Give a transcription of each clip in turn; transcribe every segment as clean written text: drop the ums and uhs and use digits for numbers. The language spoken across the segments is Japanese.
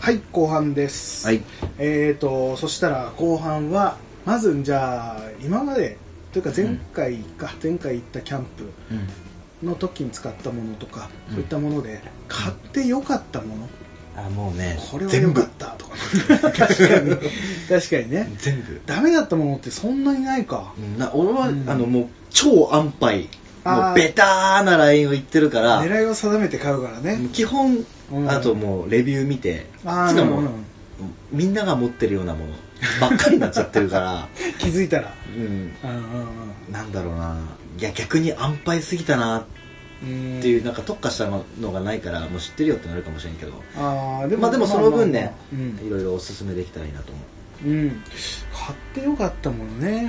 はい、後半です。 はい。 そしたら後半はまずじゃあ今までというか前回行ったキャンプの時に使ったものとか、そういったもので買ってよかったもの、 もうね、 これは良かったとか、確かにね、 全部ダメだったものってそんなにないか。 俺は、もう超安牌、もうベターなラインを言ってるから、 狙いを定めて買うからね。 基本、あともうレビュー見て、つかもう、みんなが持ってるようなものばっかりになっちゃってるから気づいたら、 なんだろうな、いや逆に安牌すぎたなっていう、なんか特化したのがないからもう知ってるよってなるかもしれんけど、でもその分ね、いろいろおすすめできたらいいなと思う。 買ってよかったものね、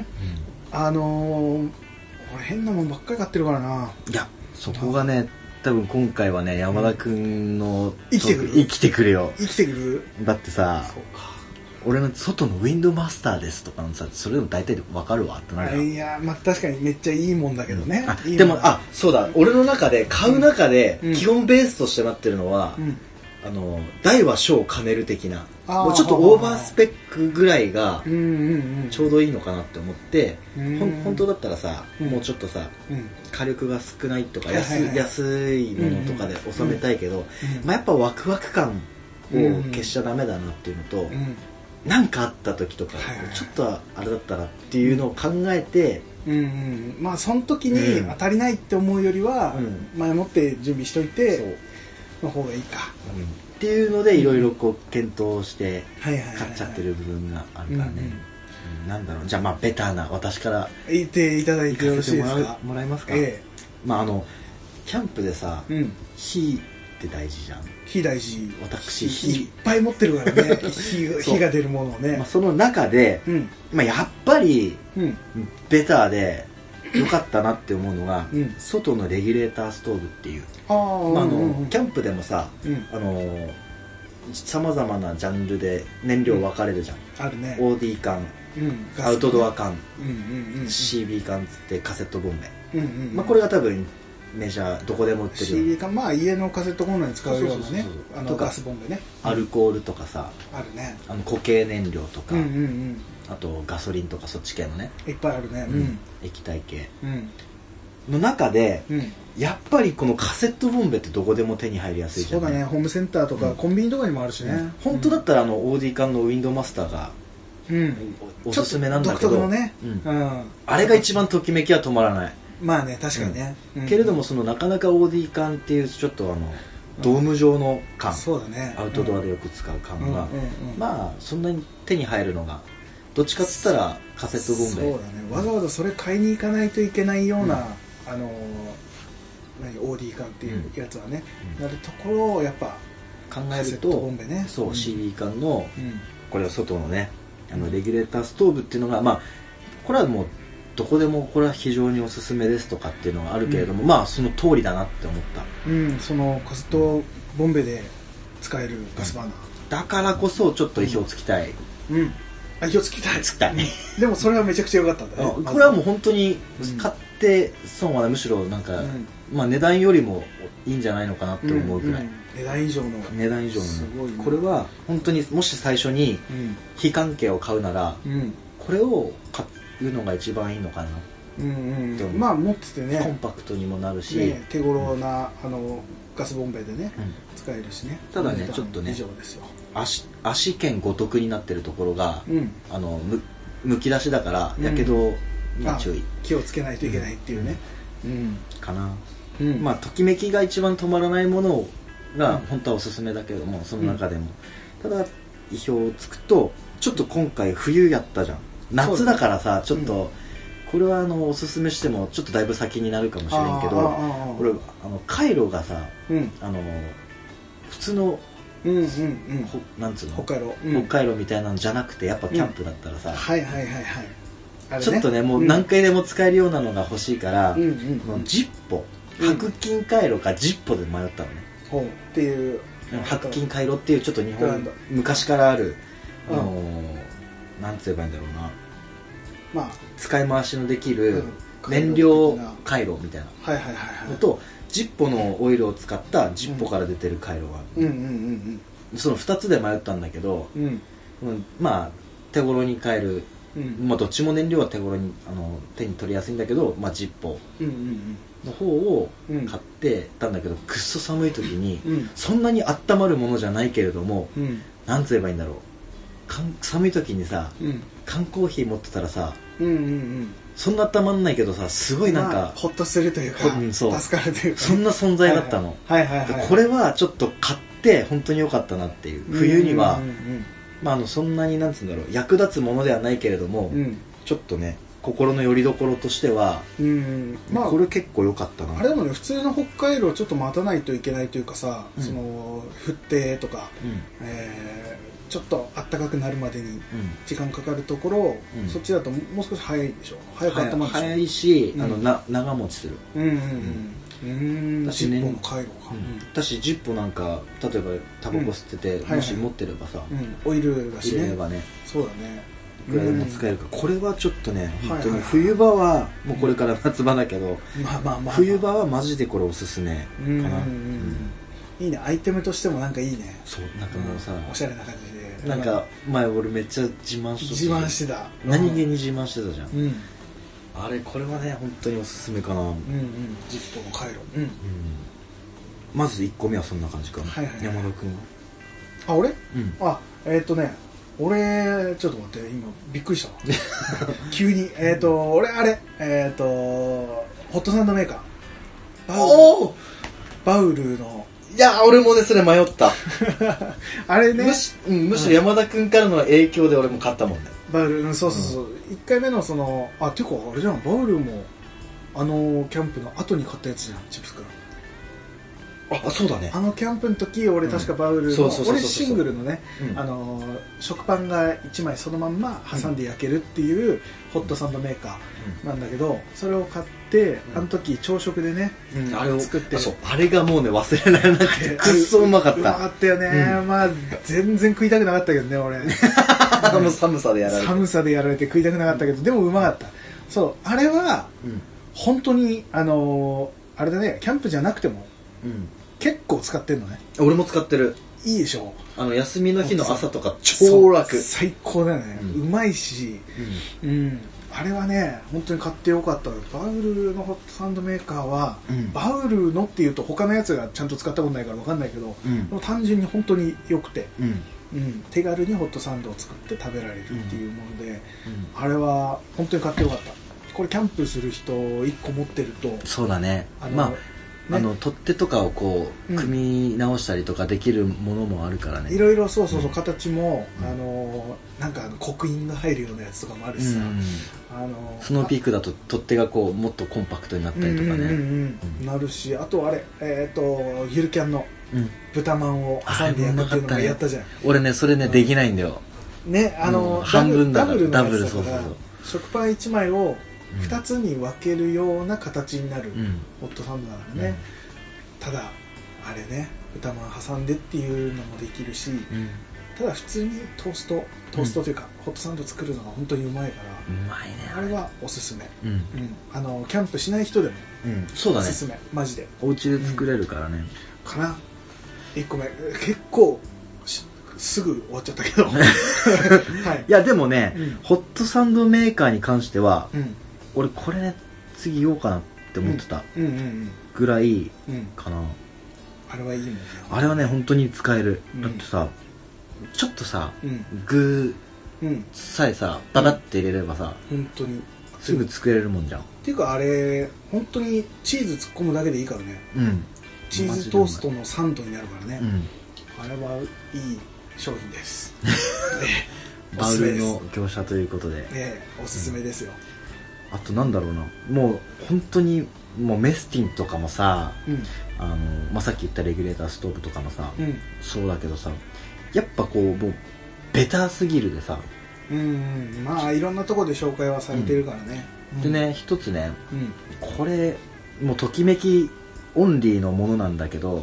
俺変なもんばっかり買ってるからな。 いやそこがね、多分今回はね、山田くんの生きてくるよ。 生きてくる。 だってさ、俺の外のウィンドマスターですとかのさ、それでも大体わかるわってなる。 いや、まあ確かにめっちゃいいもんだけどね。 でもそうだ、俺の中で買う中で基本ベースとしてなってるのは、大は小を兼ねる的な、もうちょっとオーバースペックぐらいがちょうどいいのかなって思って、本当だったらさ、もうちょっとさ、火力が少ないとか安いものとかで収めたいけど、やっぱワクワク感を消しちゃダメだなっていうのと、なんかあった時とかちょっとあれだったらっていうのを考えて、 まあその時に当たりないって思うよりは前もって準備しといての方がいいかっていうので、いろいろこう検討して買っちゃってる部分があるからね。なんだろう、じゃあベターな私から言っていただいてよろしいですか。 もらえますか。キャンプでさ、火って大事じゃん。 火大事。 私いっぱい持ってるからね。火が出るものをね。 その中で、やっぱりベターで良かったなって思うのが、外のレギュレーターストーブっていう。キャンプでもさ、さまざまなジャンルで燃料分かれるじゃん。 あるね。 OD 缶、アウトドア缶、CB 缶つってカセットボンベ。これが多分メジャーどこでも売ってる。 CB 缶、家のカセットコンロに使うようなね、ガスボンベね。 アルコールとかさ、 あるね。 固形燃料とか、あとガソリンとかそっち系のね、 いっぱいあるね。 液体系の中で、やっぱりこのカセットボンベってどこでも手に入りやすいじゃん。 そうだね。ホームセンターとかコンビニとかにもあるしね。 本当だったらOD 缶のウィンドマスターがおすすめなんだけど、 独特のね、 あれが一番ときめきは止まらない。 まあね、確かにね。 けれどもなかなか OD 缶っていうちょっとドーム状の缶、 そうだね、 アウトドアでよく使う缶がそんなに手に入るのがどっちかっつったらカセットボンベ。 そうだね。わざわざそれ買いに行かないといけないようなOD 缶っていうやつはね、なるところをやっぱ考えると、 ボンベね、 CB 缶のこれは外のね、レギュレーターストーブっていうのが、これはもうどこでもこれは非常におすすめですとかっていうのはあるけれども、その通りだなって思った。 そのカセットボンベで使えるガスバーナーだからこそちょっと意表をつきたい。 意表つきたいでもそれはめちゃくちゃ良かったんだね。 これはもう本当に買って損はない。むしろなんか、値段よりもいいんじゃないのかなって思うぐらい、 値段以上のすごい、これは本当にもし最初に非関係を買うなら、これを買うのが一番いいのかな。 持っててね、 コンパクトにもなるし、 手頃なガスボンベでね、使えるしね。 ただね、ちょっとね、足兼五徳になってるところがむき出しだからやけどに注意、 気をつけないといけないっていうね、 かな。ときめきが一番止まらないものが本当はおすすめだけども、その中でもただ意表をつくと、ちょっと今回冬やったじゃん。夏だからさ、ちょっとこれはおすすめしてもちょっとだいぶ先になるかもしれんけど、俺回路がさ、普通のなんつうの、北海道みたいなのじゃなくて、やっぱキャンプだったらさ、ちょっとね、もう何回でも使えるようなのが欲しいから、ジッポ白金回路かジッポで迷ったのね。 っていう白金回路っていうちょっと日本昔からあるなんて言えばいいんだろうな、使い回しのできる燃料回路みたいなのと、ジッポのオイルを使ったジッポから出てる回路がある。 その2つで迷ったんだけど、まあ手頃に買える、まあどっちも燃料は手頃に手に取りやすいんだけど、まあ、ジッポの方を買ってたんだけど、くっそ寒い時に、そんなに温まるものじゃないけれども、なんつ言えばいいんだろう、寒い時にさ、缶コーヒー持ってたらさ、そんな温まんないけどさ、すごいなんか、 まあ、ホッとするというか、助かるというか、 そんな存在だったの。これはちょっと買って本当に良かったなっていう。冬には、まあそんなになんつうんだろう、役立つものではないけれども、ちょっとね、心の拠り所としては、まあこれ結構良かったな。 あれでもね、普通の北海道をちょっと待たないといけないというかさ、その降ってとか、ちょっと暖かくなるまでに時間かかるところを、そっちだともう少し早いでしょ。早く温まるでしょ。 早いし、長持ちする。 ジッポの回路か。 私ジッポなんか例えばタバコ吸ってて、もし持ってればさ、 オイルがしね。 入れればね。 そうだね。 いくらでも使えるから、これはちょっとね、本当に冬場はもうこれから夏場だけど、冬場はマジでこれおすすめかな。 いいね、アイテムとしてもなんかいいね。 そう、なんかもうさ、 おしゃれな感じで、 なんか前俺めっちゃ自慢してた。 何気に自慢してたじゃん。あれ、これはね本当におすすめかな。 ジッポの回路。 まず1個目はそんな感じかな。山田君は。 あ、俺？俺ちょっと待って、今びっくりしたわ。急に俺あれホットサンドメーカー。バウルの。 いや、俺もねそれ迷った。 あれね。 むしろ山田君からの影響で俺も買ったもんね。 バウル、そう1回目のその、ていうかあれじゃん、バウルもキャンプの後に買ったやつじゃん、チップス君。 あ、そうだね。 キャンプの時俺確かバウルの、俺シングルのね、食パンが1枚そのまんま挟んで焼けるっていうホットサンドメーカーなんだけど、それを買ってあの時朝食でね、 あれを作って、 あれがもうね忘れられなくて、くっそうまかった。 うまかったよね。まあ全然食いたくなかったけどね、俺。 もう寒さでやられて食いたくなかったけど、でもうまかった。そう、あれは本当にあれだね、キャンプじゃなくても結構使ってんのね。 俺も使ってる。 いいでしょ。 休みの日の朝とか超楽。 最高だよね。うまいし、あれはね本当に買ってよかった。バウルのホットサンドメーカーは、バウルのっていうと他のやつがちゃんと使ったことないから分かんないけど、でも単純に本当に良くて、手軽にホットサンドを作って食べられるっていうもので、あれは本当に買ってよかった。これキャンプする人1個持ってると、 そうだね。取っ手とかをこう組み直したりとかできるものもあるからね。 いろいろそう形もなんか刻印が入るようなやつとかもあるしさ、 スノーピークだと取っ手がこうもっとコンパクトになったりとかね、 なるし、あとあれゆるキャンの豚まんを挟んで焼くっていうのもやったじゃん。 俺ねそれねできないんだよね。半分だからダブル、そう食パン1枚を2つに分けるような形になるホットサンドだからね。ただあれね、豚まん挟んでっていうのもできるし、ただ普通にトーストというかホットサンド作るのが本当にうまいから、 うまいね。 あれはおすすめ。キャンプしない人でもおすすめ、マジで。 お家で作れるからね。 かな。1個目結構すぐ終わっちゃったけど。 いやでもね、ホットサンドメーカーに関しては、俺これね次言おうかなって思ってたぐらいかな。 あれはいいもんね。 あれはね本当に使える。だってさ、ちょっとさ、具さえさババって入れればさ、 本当にすぐ作れるもんじゃん。 っていうかあれ本当にチーズ突っ込むだけでいいからね。チーズトーストのサンドになるからね。あれはいい商品です。 バウルの業者ということで、 おすすめですよ。 あとなんだろうな、もう本当にもうメスティンとかもさ、さっき言ったレギュレーターストーブとかもさ、そうだけどさ、やっぱこうもうベターすぎるでさ、 まあいろんなところで紹介はされてるからね。 でね、一つね、これもうときめきオンリーのものなんだけど、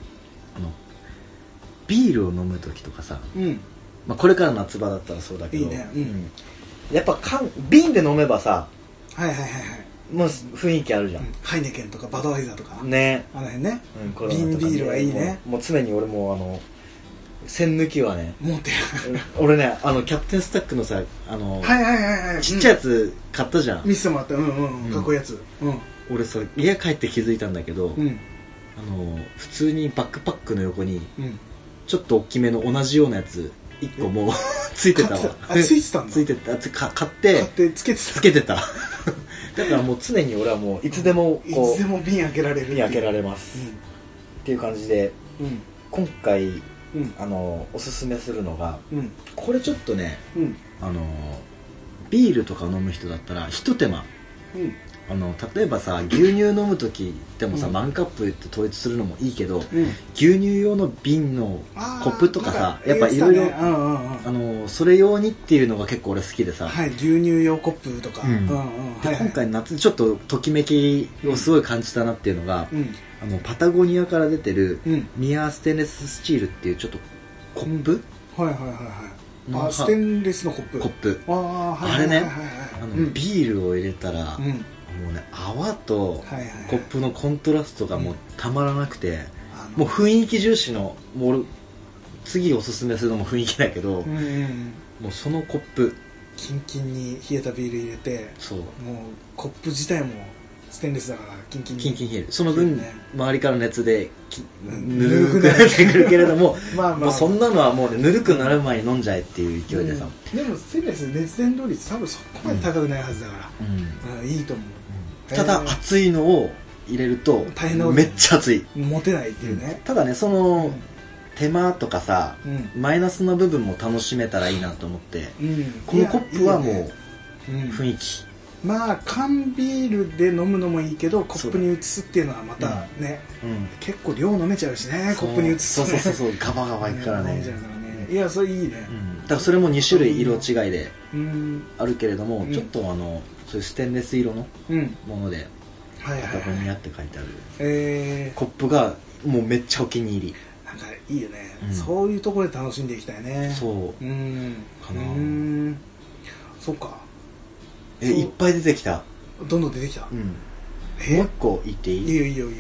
ビールを飲む時とかさ、これから夏場だったらそうだけど、やっぱ瓶で飲めばさ、もう雰囲気あるじゃん。 ハイネケンとかバドワイザーとかね、 あの辺ね。瓶ビールはいいね。 もう常に俺も線抜きはね持って俺ねキャプテンスタックのさちっちゃいやつ買ったじゃん、 見せてもらった。かっこいいやつ。 俺さ家帰って気づいたんだけど、普通にバックパックの横に、ちょっと大きめの同じようなやつ1個もうついてたわ。 ついてたんだ。 ついてた。買ってつけてた。 だからもう常に俺はもういつでもいつでも瓶開けられる。 瓶開けられます、っていう感じで、今回おすすめするのが、これちょっとね、ビールとか飲む人だったらひと手間、例えばさ牛乳飲む時でもさ、マンカップって統一するのもいいけど、牛乳用の瓶のコップとかさ、やっぱいろいろそれ用にっていうのが結構俺好きでさ、 牛乳用コップとか、 で今回夏ちょっとときめきをすごい感じたなっていうのが、パタゴニアから出てるミアステンレススチールっていうちょっとコップ、 ステンレスのコップ。 あれね、ビールを入れたら、もうね泡とコップのコントラストがもうたまらなくて、もう雰囲気重視の、もう次おすすめするのも雰囲気だけど、もうそのコップキンキンに冷えたビール入れて、もうコップ自体もステンレスだからキンキン冷える。その分、周りから熱でぬるくなってくるけれどももうそんなのはもうね、ぬるくなる前に飲んじゃえっていう勢いでさ、 でもステンレス熱伝導率多分そこまで高くないはずだから、いいと思う。 ただ熱いのを入れるとめっちゃ熱い、 持てないっていうね。 ただね、その手間とかさ、マイナスの部分も楽しめたらいいなと思って、このコップはもう雰囲気、 缶ビールで飲むのもいいけどコップに移すっていうのはまたね、結構量飲めちゃうしね、コップに移すとね、 そうガバガバいくからね。 いや、それいいね。 だからそれも2種類色違いであるけれども、ちょっとそういうステンレス色のものでパタゴニアって書いてあるコップがもうめっちゃお気に入り。 なんかいいよね、そういうところで楽しんでいきたいね。 そうかな。 そうか、 いっぱい出てきた。 どんどん出てきた。もう一個言っていい？ いいよ。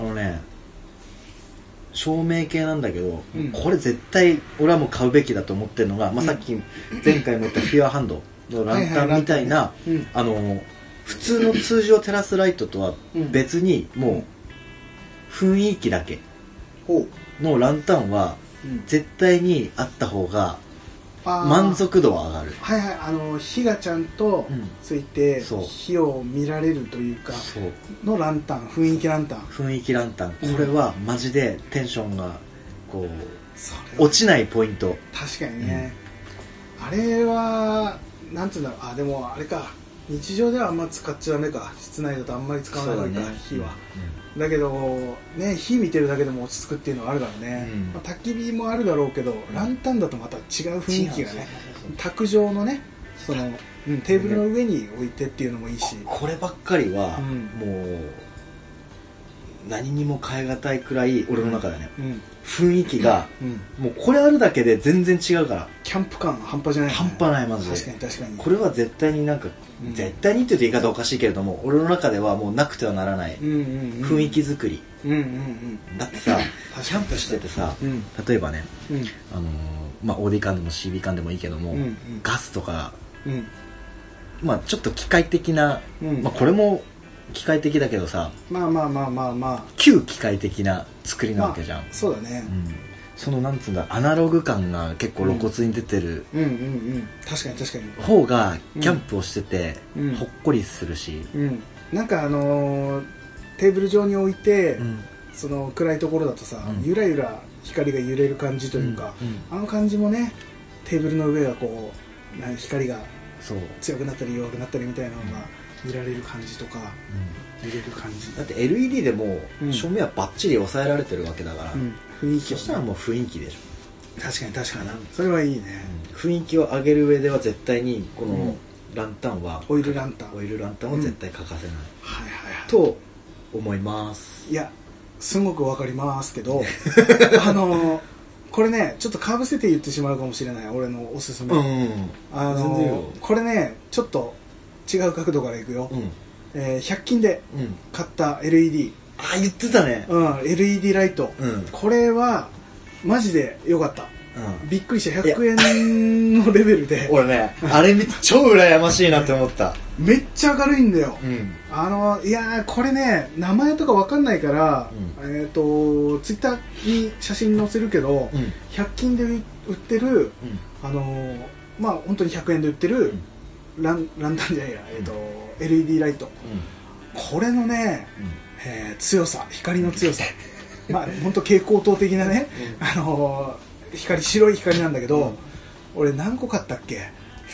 照明系なんだけど、これ絶対俺はもう買うべきだと思ってるのが、さっき前回も言ったフィアハンドのランタンみたいな、普通の通常照らすライトとは別にもう雰囲気だけのランタンは絶対にあった方が満足度は上がる。 火がちゃんとついて火を見られるというかのランタン、雰囲気ランタン、これはマジでテンションがこう落ちないポイント。確かにね、あれはなんていうんだろう、でもあれか、日常ではあんま使っちゃダメか、室内だとあんまり使わないか、火は。だけどね、火見てるだけでも落ち着くっていうのがあるからね、焚き火もあるだろうけど、ランタンだとまた違う雰囲気がね、卓上のね、そのテーブルの上に置いてっていうのもいいし、 こればっかりはもう何にも変え難いくらい俺の中でね、雰囲気がもうこれあるだけで全然違うから、 キャンプ感半端じゃない、 半端ない。まず確かにこれは絶対になんか、絶対にって言うと言い方おかしいけれども、俺の中ではもうなくてはならない雰囲気作り。だってさ、キャンプしててさ、例えばね、OD 缶でも CB 缶でもいいけども、ガスとか、ちょっと機械的な、これも機械的だけどさ、旧機械的な作りなわけじゃん。 そうだね。 そのなんつうんだ、アナログ感が結構露骨に出てる確かに方がキャンプをしててほっこりするし、 なんかテーブル上に置いて、その暗いところだとさ、ゆらゆら光が揺れる感じというか、あの感じもね、テーブルの上がこう光が強くなったり弱くなったりみたいなのが見られる感じとか、見れる感じだって LED でも照明はバッチリ抑えられてるわけだから、 雰囲気そしたらもう雰囲気でしょ。 確かにそれはいいね。 雰囲気を上げる上では絶対にこのランタンは、 オイルランタンは絶対欠かせないと思います。 いや、すごくわかりますけどこれね、ちょっとかぶせて言ってしまうかもしれない、俺のおすすめ。これね、ちょっと違う角度からいくよ。100均で買った LED、 言ってたね。 LED ライト、これはマジで良かった。 びっくりした100円のレベルで俺ねあれ超羨ましいなって思っためっちゃ明るいんだよ、 うん、 いやーこれね名前とかわかんないから、ツイッターに写真載せるけど、100均で売ってる、まあ本当に100円で売ってる、ランタンじゃないや、LED ライト、これのね、強さ、光の強さまあ本当蛍光灯的なね、白い光なんだけど、俺何個買ったっけ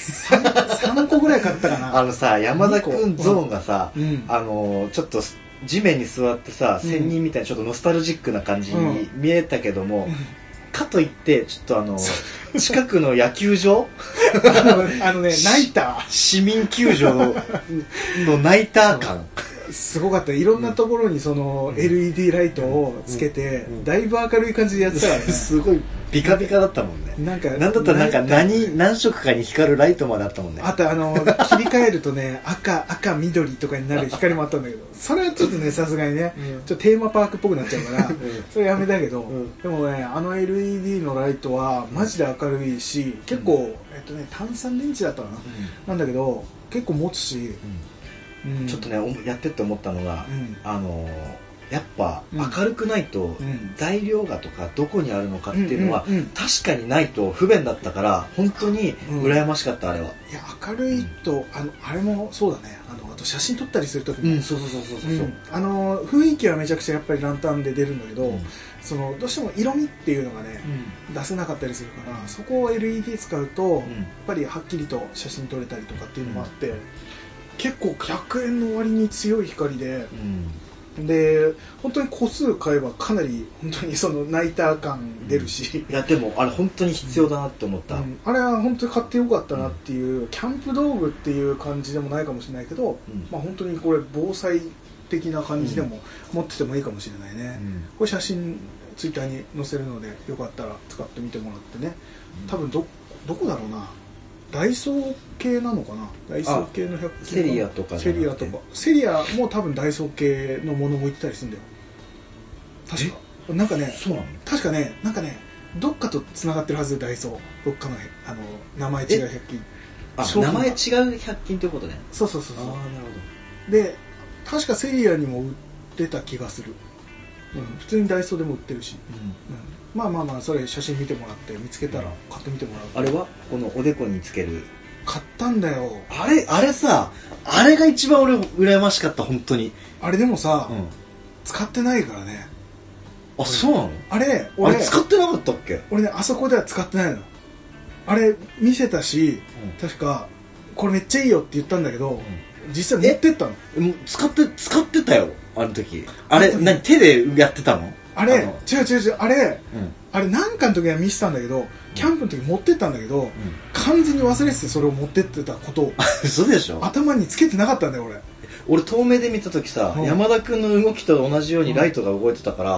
3個ぐらい買ったかな。 さ山田君ゾーンがさ、ちょっと地面に座ってさ、仙人みたいなちょっとノスタルジックな感じに見えたけども、かといってちょっと近くの野球場ナイター市民球場のナイター感すごかった。いろんなところにその LED ライトをつけて、だいぶ明るい感じでやってたよね。 すごいビカビカだったもんね。なんだったら何色かに光るライトまであったもんね。 あと切り替えるとね赤緑とかになる光もあったんだけど、それはちょっとねさすがにね、ちょっとテーマパークっぽくなっちゃうからそれやめたけど、でもねLED のライトはマジで明るいし、結構単三電池だったかな、なんだけど結構持つし、 ちょっとねやってって思ったのが、やっぱ明るくないと材料がとかどこにあるのかっていうのは確かにないと不便だったから、本当に羨ましかった。あれは。いや明るいとあれもそうだね。あと写真撮ったりする時も、 そう雰囲気はめちゃくちゃやっぱりランタンで出るんだけど、そのどうしても色味っていうのがね、出せなかったりするから、そこを LED 使うとやっぱりはっきりと写真撮れたりとかっていうのもあって、結構100円の割に強い光で、で本当に個数買えばかなり本当にそのナイター感出るし、 いやでもあれ本当に必要だなって思った、 あれは本当に買ってよかったなっていう、キャンプ道具っていう感じでもないかもしれないけど、まあ本当にこれ防災的な感じでも持っててもいいかもしれないね、これ写真ツイッターに載せるのでよかったら使ってみてもらってね。多分どこだろうな、ダイソー系なのかな、ダイソー系の100均、 セリアとかセリアも多分ダイソー系のものも置いてたりするんだよ確か。なんかね、 そうなの？ 確かね、なんかねどっかとつながってるはずで、ダイソーどっかの名前違う100均、 名前違う100均ってことね。 そうなるほど。で確かセリアにも売ってた気がする、普通にダイソーでも売ってるし、まあそれ写真見てもらって見つけたら買ってみてもらう。 あれはこのおでこにつける、 買ったんだよ。 あれさ、あれが一番俺羨ましかった。本当にあれでもさ、使ってないからね。 あ、そうなの？ あれ使ってなかったっけ？ 俺ね、あそこでは使ってないの。あれ見せたし、確かこれめっちゃいいよって言ったんだけど、実際持ってったの。 使ってたよあの時。あれ何手でやってたの？ あれ違うあれなんかの時は見せたんだけど、キャンプの時持ってったんだけど、完全に忘れてて、それを持ってってたことを嘘でしょ？ 頭につけてなかったんだよ俺遠目で見た時さ、山田君の動きと同じようにライトが動いてたから、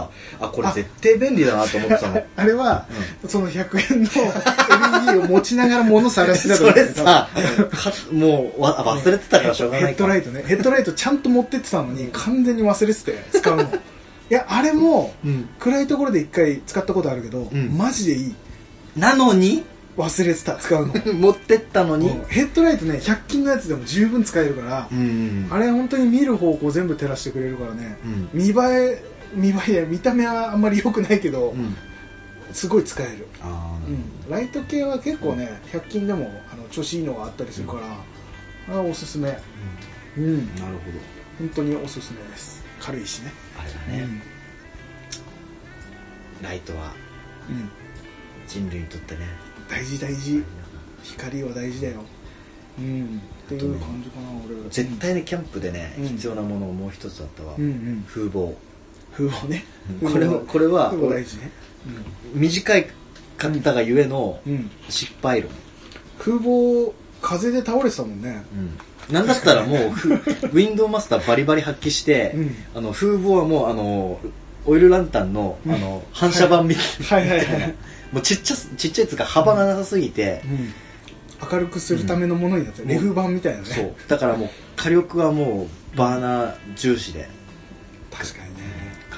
これ絶対便利だなと思ってたの。 あれは、その100円の LED を持ちながら物探してたそれさもう忘れてたからしょうがないか。 ヘッドライトちゃんと持ってってたのに完全に忘れてて使うの。いやあれも、暗いところで一回使ったことあるけど、マジでいい。 なのに忘れてた、使うの。 持ってったのに、 ヘッドライトね、100均のやつでも十分使えるから、あれ本当に見る方向全部照らしてくれるからね、見た目はあんまり良くないけど、すごい使える。ライト系は結構ね、100均でも調子いいのがあったりするから、おすすめ。なるほど。本当におすすめです。軽いしね。 あれだね、ライトは人類にとってね、 大事。光は大事だよ。っていう感じかな。俺は絶対にキャンプでね、必要なものもう一つあったわ。風防ね。 これは大事ね。 短い方がゆえの失敗論。 風防風で倒れてたもんね。 なんだったらもうウィンドウマスターバリバリ発揮して、風防はもうオイルランタンの反射板みたいな、もうちっちゃいやつが幅がなさすぎて、 明るくするためのものになって、レフ板みたいなね。 そうだからもう火力はもうバーナー重視で、 確かにね、 火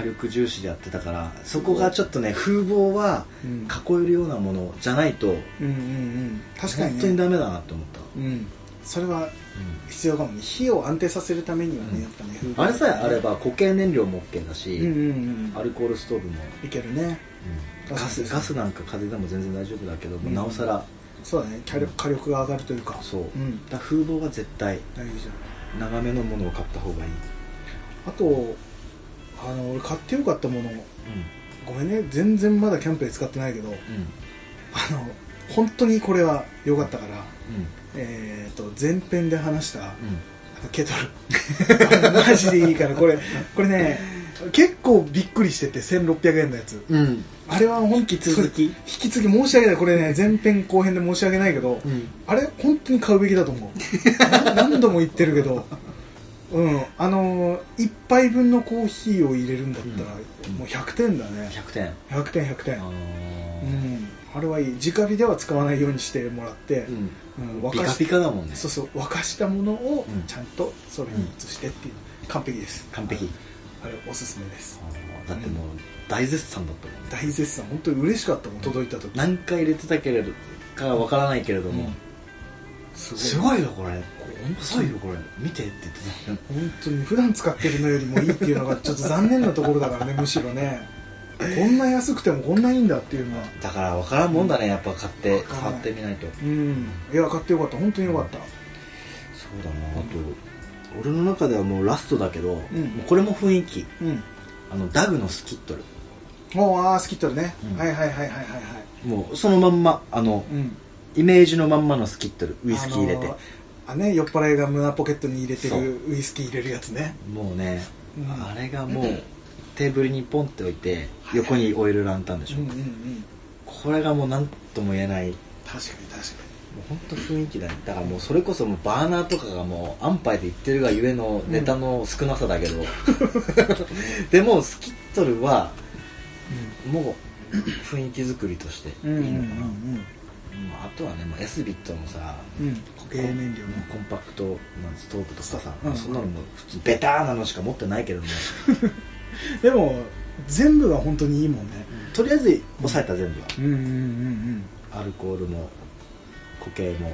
火力重視でやってたから、そこがちょっとね風貌は囲えるようなものじゃないと、 確かに、ね、 本当にダメだなって思った、 それは必要かもね。火を安定させるためにはね、やっぱね、 あれさえあれば固形燃料も OK だし、アルコールストーブもいけるね、 ガスなんか風でも全然大丈夫だけど、なおさらそうだね、火力が上がるというか、 そう、だ風貌は絶対大事じゃん。 長めのものを買った方がいい。 あと俺買ってよかったもの、ごめんね、全然まだキャンプで使ってないけど、本当にこれは良かったから、前編で話した、ケトルマジでいいから、これね結構びっくりしてて、1600円のやつ、あれは本当に引き継ぎ申し訳ない。これね、前編後編で申し訳ないけど、あれ本当に買うべきだと思う何度も言ってるけど、1杯分のコーヒーを入れるんだったら、もう100点だね。100点。あれはいい。直火では使わないようにしてもらって、 ピカピカだもんね。 そうそう、沸かしたものをちゃんとそれに移してっていう、完璧です。 完璧。 あれおすすめです。 だってもう大絶賛だったもんね。 大絶賛、本当に嬉しかったもん、届いた時。 何回入れてたけれどかわからないけれども、すごいよこれ、すごいよこれ、見てって言ってた。 本当に普段使ってるのよりもいいっていうのがちょっと残念なところだからね、むしろね。こんな安くてもこんないいんだっていうのは。 だから分からんもんだね、やっぱ買って触ってみないと。 いや、買ってよかった、本当によかった。 そうだな。あと俺の中ではもうラストだけど、もうこれも雰囲気、ダグのスキットル。 スキットルね、はい。 もうそのまんまイメージのまんまのスキットル、ウイスキー入れて、 酔っ払いが胸ポケットに入れてるウイスキー入れるやつね。もうね、 あれがもうテーブルにポンって置いて、横にオイルランタンでしょ、これがもう何とも言えない。 確かにもう本当雰囲気だね。だからもうそれこそもうバーナーとかがもう安牌で言ってるがゆえのネタの少なさだけど、でもスキットルはもう雰囲気作りとしていいのかな。あとはね、エスビットのさ、 固形燃料のコンパクトストーブとかさ、そんなのも普通ベターなのしか持ってないけどねでも全部が本当にいいもんね。 とりあえず抑えた全部は、アルコールも固形も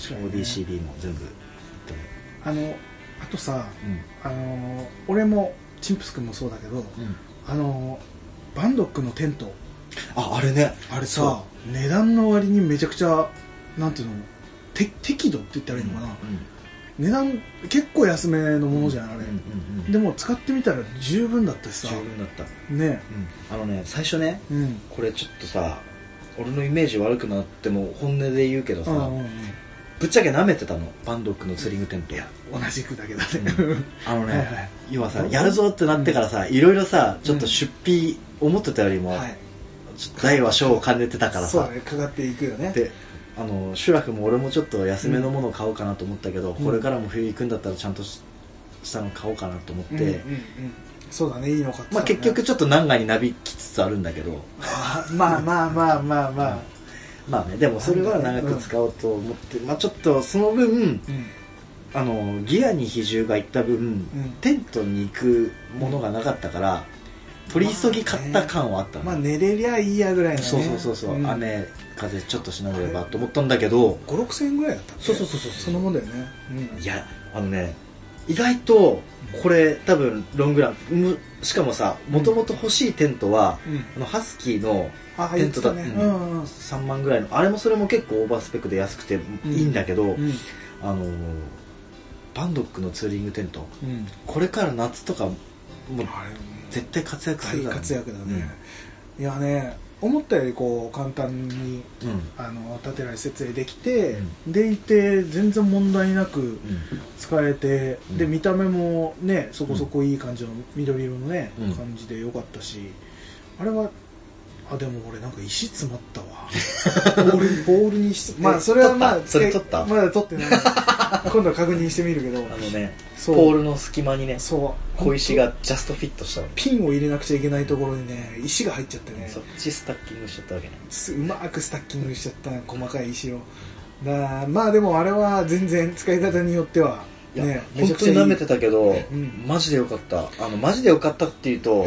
ODCB も全部。あとさ、俺もチンプス君もそうだけど、バンドックのテント、 あれね、 あれさ、値段の割にめちゃくちゃなんていうの、適度って言ったらいいのかな、値段結構安めのものじゃん、あれ。でも使ってみたら十分だったしさ。 十分だったね。 最初ね、これちょっとさ、俺のイメージ悪くなっても本音で言うけどさ、ぶっちゃけ舐めてたの、バンドックのツーリングテント。 同じくだけどね、 要はさ、やるぞってなってからさ、いろいろさ、ちょっと出費思ってたよりも大は小を兼ねてたからさ、 そうね、かかっていくよね。 でシュラフも俺もちょっと安めのものを買おうかなと思ったけど、これからも冬行くんだったらちゃんとしたの買おうかなと思って、 そうだね、いいの買ってたね。 結局ちょっと難がになびきつつあるんだけど、 まあね、でもそれは長く使おうと思って、ちょっとその分、ギアに比重がいった分、テントに行くものがなかったから、取り急ぎ買った感はあったの。 寝れりゃいいやぐらいのね。 そう、雨風ちょっとしなければと思ったんだけど、 5,6千円ぐらいだったっけ。そうそのもんだよね。 いや、意外とこれ多分ロングラン、しかもさ、もともと欲しいテントは、ハスキーのテントだ、3万ぐらいの、あれもそれも結構オーバースペックで安くていいんだけど、バンドックのツーリングテント、これから夏とかもう絶対活躍するだろうね。 大活躍だね。いやね、思ったよりこう簡単に建てられ設営できて、でいて全然問題なく使えて、で見た目もねそこそこいい感じの緑色のね感じで良かったし、あれはでも俺なんか石詰まったわボールにして、それはそれ取った？ まだ取ってない今度は確認してみるけど、 ポールの隙間にね、小石がジャストフィットしたの。 ピンを入れなくちゃいけないところにね石が入っちゃってね、 そっちスタッキングしちゃったわけね。 うまくスタッキングしちゃった細かい石を。でもあれは全然使い方によってはね、 本当に舐めてたけど、マジでよかった。マジでよかったっていうと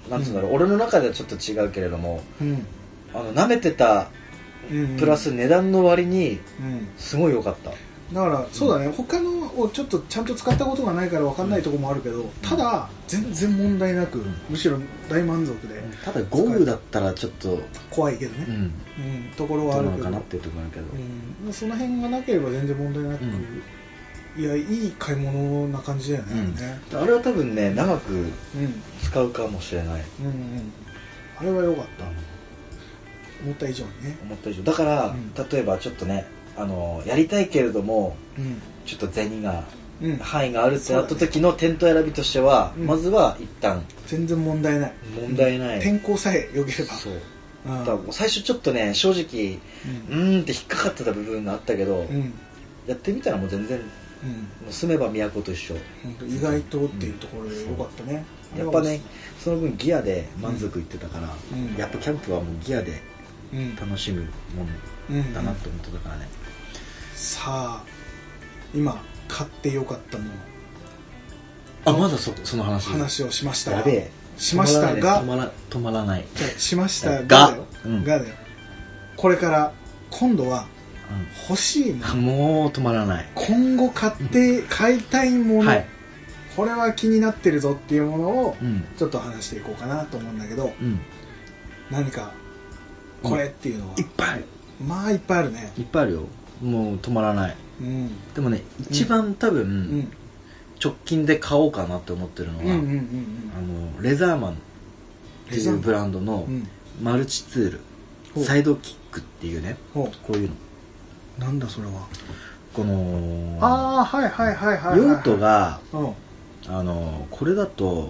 なんつうんだろう、俺の中ではちょっと違うけれども、 うん、 舐めてたプラス値段の割にすごい良かった、 だからそうだね、他のをちょっとちゃんと使ったことがないから分かんないところもあるけど、ただ全然問題なく、むしろ大満足で、 ただゴムだったらちょっと怖いけどね、ところはあるけど、 どうなのかなっていうところあるけど、 その辺がなければ全然問題なく、いや、いい買い物な感じだよね、 あれは多分ね長く使うかもしれない、 あれは良かった、思った以上にね。 思った以上だから、例えばちょっとねやりたいけれども、ちょっと銭が、範囲があるってなった時のテント選びとしては、まずは一旦全然問題ない天候さえ良ければ。 そうだから最初ちょっとね正直って引っかかってた部分があったけど、やってみたらもう全然、住めば都と一緒、 意外とっていうところで良かったね、 やっぱねその分ギアで満足いってたから、やっぱキャンプはもうギアで楽しむものだなって思ってたからね、 さあ今買ってよかったもの、まだその話をしましたやべえしましたが止まらないしましたがだよ、これから今度は欲しいもの、 もう止まらない、 今後買いたいもの、これは気になってるぞっていうものをちょっと話していこうかなと思うんだけど、何かこれっていうのは、 いっぱいある、 まあいっぱいあるね、 いっぱいあるよ、もう止まらない、でもね一番多分、直近で買おうかなって思ってるのは、レザーマンっていうブランドのマルチツール、サイドキックっていうね、こういうの、 なんだそれは、 この用途がこれだと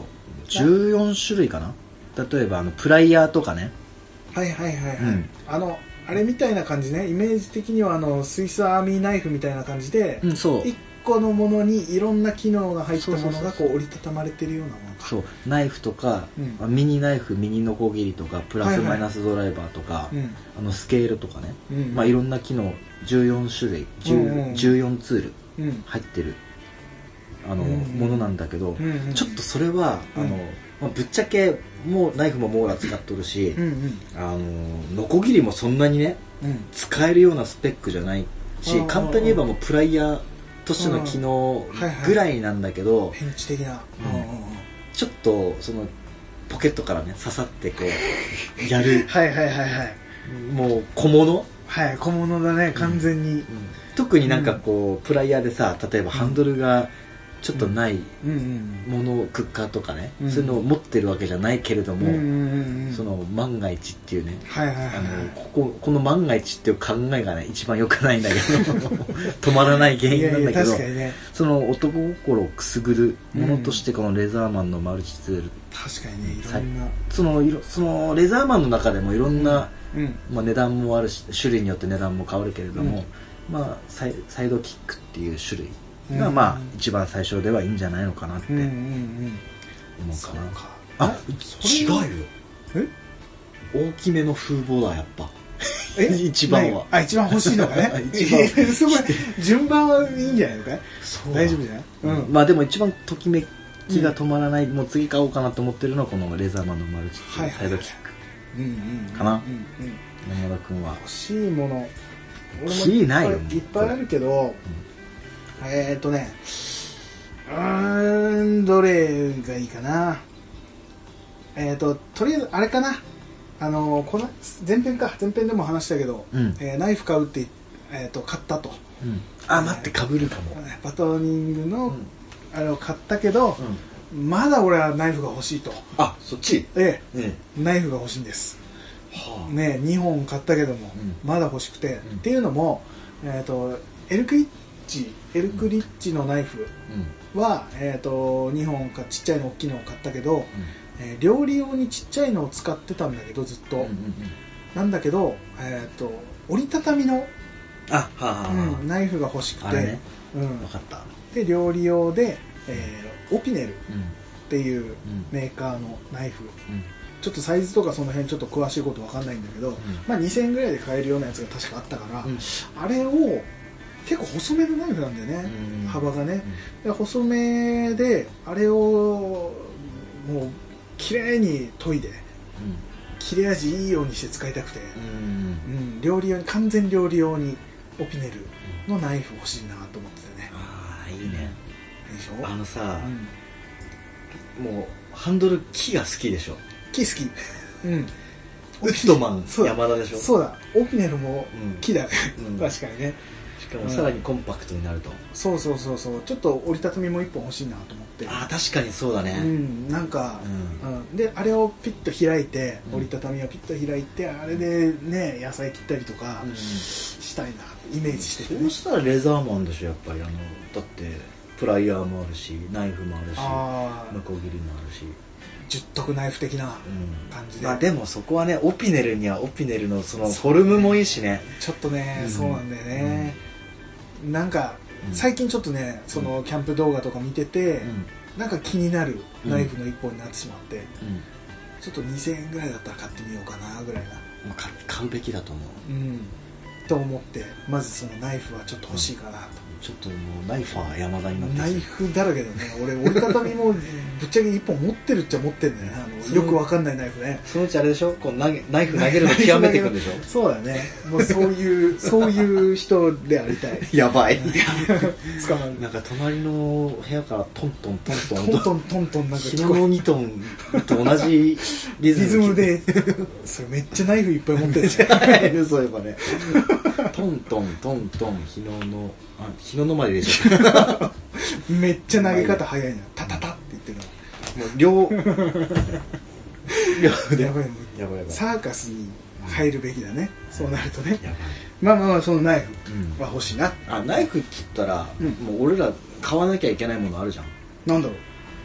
14種類かな、例えばプライヤーとかね、 あれみたいな感じね、イメージ的にはスイスアーミーナイフみたいな感じで、1個のものにいろんな機能が入ったものがこう折りたたまれてるようなものか、 そうナイフとか、ミニナイフ、ミニノコギリとか、プラスマイナスドライバーとか、スケールとかね、いろんな機能14種類、14ツール入ってるものなんだけど、ちょっとそれはぶっちゃけもうナイフもモーラー使っとるし、ノコギリもそんなにね、使えるようなスペックじゃないし、簡単に言えばもうプライヤーとしての機能ぐらいなんだけど、 ペンチ的な、 ちょっとそのポケットからね刺さってこうやるもう小物、 小物だね完全に、 特になんかこうプライヤーでさ、例えばハンドルがちょっとないもの、クッカーとかね、そういうのを持ってるわけじゃないけれども、その万が一っていうね、この万が一っていう考えがね一番良くないんだけど止まらない原因なんだけど、その男心をくすぐるものとしてこのレザーマンのマルチツール、 確かにね、いろんなそのレザーマンの中でもいろんな、値段もあるし、種類によって値段も変わるけれども、サイドキックっていう種類が一番最初ではいいんじゃないのかなって思うかな。違うよ、大きめの風貌だ、やっぱ一番は一番欲しいのかねそこ順番はいいんじゃないのかい、大丈夫じゃない、 でも一番ときめきが止まらない、もう次買おうかなと思ってるのはこのレザーマンのマルチサイドキックかな。山田君は欲しいもの、 俺もいっぱいあるけど、どれがいいかな。とりあえずあれかな、この前編でも話したけど、ナイフ買うって買ったと、 待ってかぶるかも、 バトニングのあれを買ったけど、まだ俺はナイフが欲しいと。 そっち、 ナイフが欲しいんです、2本買ったけども、まだ欲しくて、っていうのもエルクリッチのナイフは、2本かちっちゃいの大きいのを買ったけど、料理用にちっちゃいのを使ってたんだけどずっと、なんだけど、折りたたみのナイフが欲しくて、 分かった。 で料理用で、オピネルっていうメーカーのナイフ、ちょっとサイズとかその辺ちょっと詳しいこと分かんないんだけど、2000円ぐらいで買えるようなやつが確かあったから、あれを結構細めのナイフなんだよね、幅がね。で細めであれをもう綺麗に研いで、切れ味いいようにして使いたくて、料理用に、完全料理用にオピネルのナイフ欲しいなと思っててね。 ああいいね。 でしょ。 さ、もうハンドル木が好きでしょ。 木好き。 ウッドマン山田でしょ。 そうだ、オピネルも木だね、確かにね。 しかもさらにコンパクトになると、 そうちょっと折りたたみも一本欲しいなと思って。 ああ確かにそうだね。 なんか、であれをピッと開いて、折りたたみをピッと開いて、あれでね野菜切ったりとかしたいな、イメージしてて、 そうしたらレザーマンでしょやっぱり。だってプライヤーもあるし、ナイフもあるし、ノコギリもあるし、 十徳ナイフ的な感じで、 でもそこはね、オピネルにはオピネルのそのフォルムもいいしね。 ちょっとね、そうなんだよね。なんか最近ちょっとね、そのキャンプ動画とか見てて、なんか気になるナイフの一本になってしまって、ちょっと2000円ぐらいだったら買ってみようかなぐらいな。 買うべきだと思う。 と思って、まずそのナイフはちょっと欲しいかなと。 ちょっともうナイフは山田になってナイフだらけだね。俺折りたたみもぶっちゃけ一本持ってるっちゃ持ってるんだよね。よくわかんないナイフね。 そのうちあれでしょ、こうナイフ投げるの極めていくんでしょ。 そうだね。もうそういう人でありたい。 やばい。 捕まる。 なんか隣の部屋からトントントントンなんか昨日の2トンと同じリズムで、それめっちゃナイフいっぱい持ってるじゃん。 そういえばね。トントントントン、日野のまででしょ。 めっちゃ投げ方早いな。タタタって言ってるの。 もう両でやばい。サーカスに入るべきだね。そうなるとね。まあそのナイフは欲しいな。 ナイフって言ったら、もう俺ら買わなきゃいけないものあるじゃん。 なんだろう。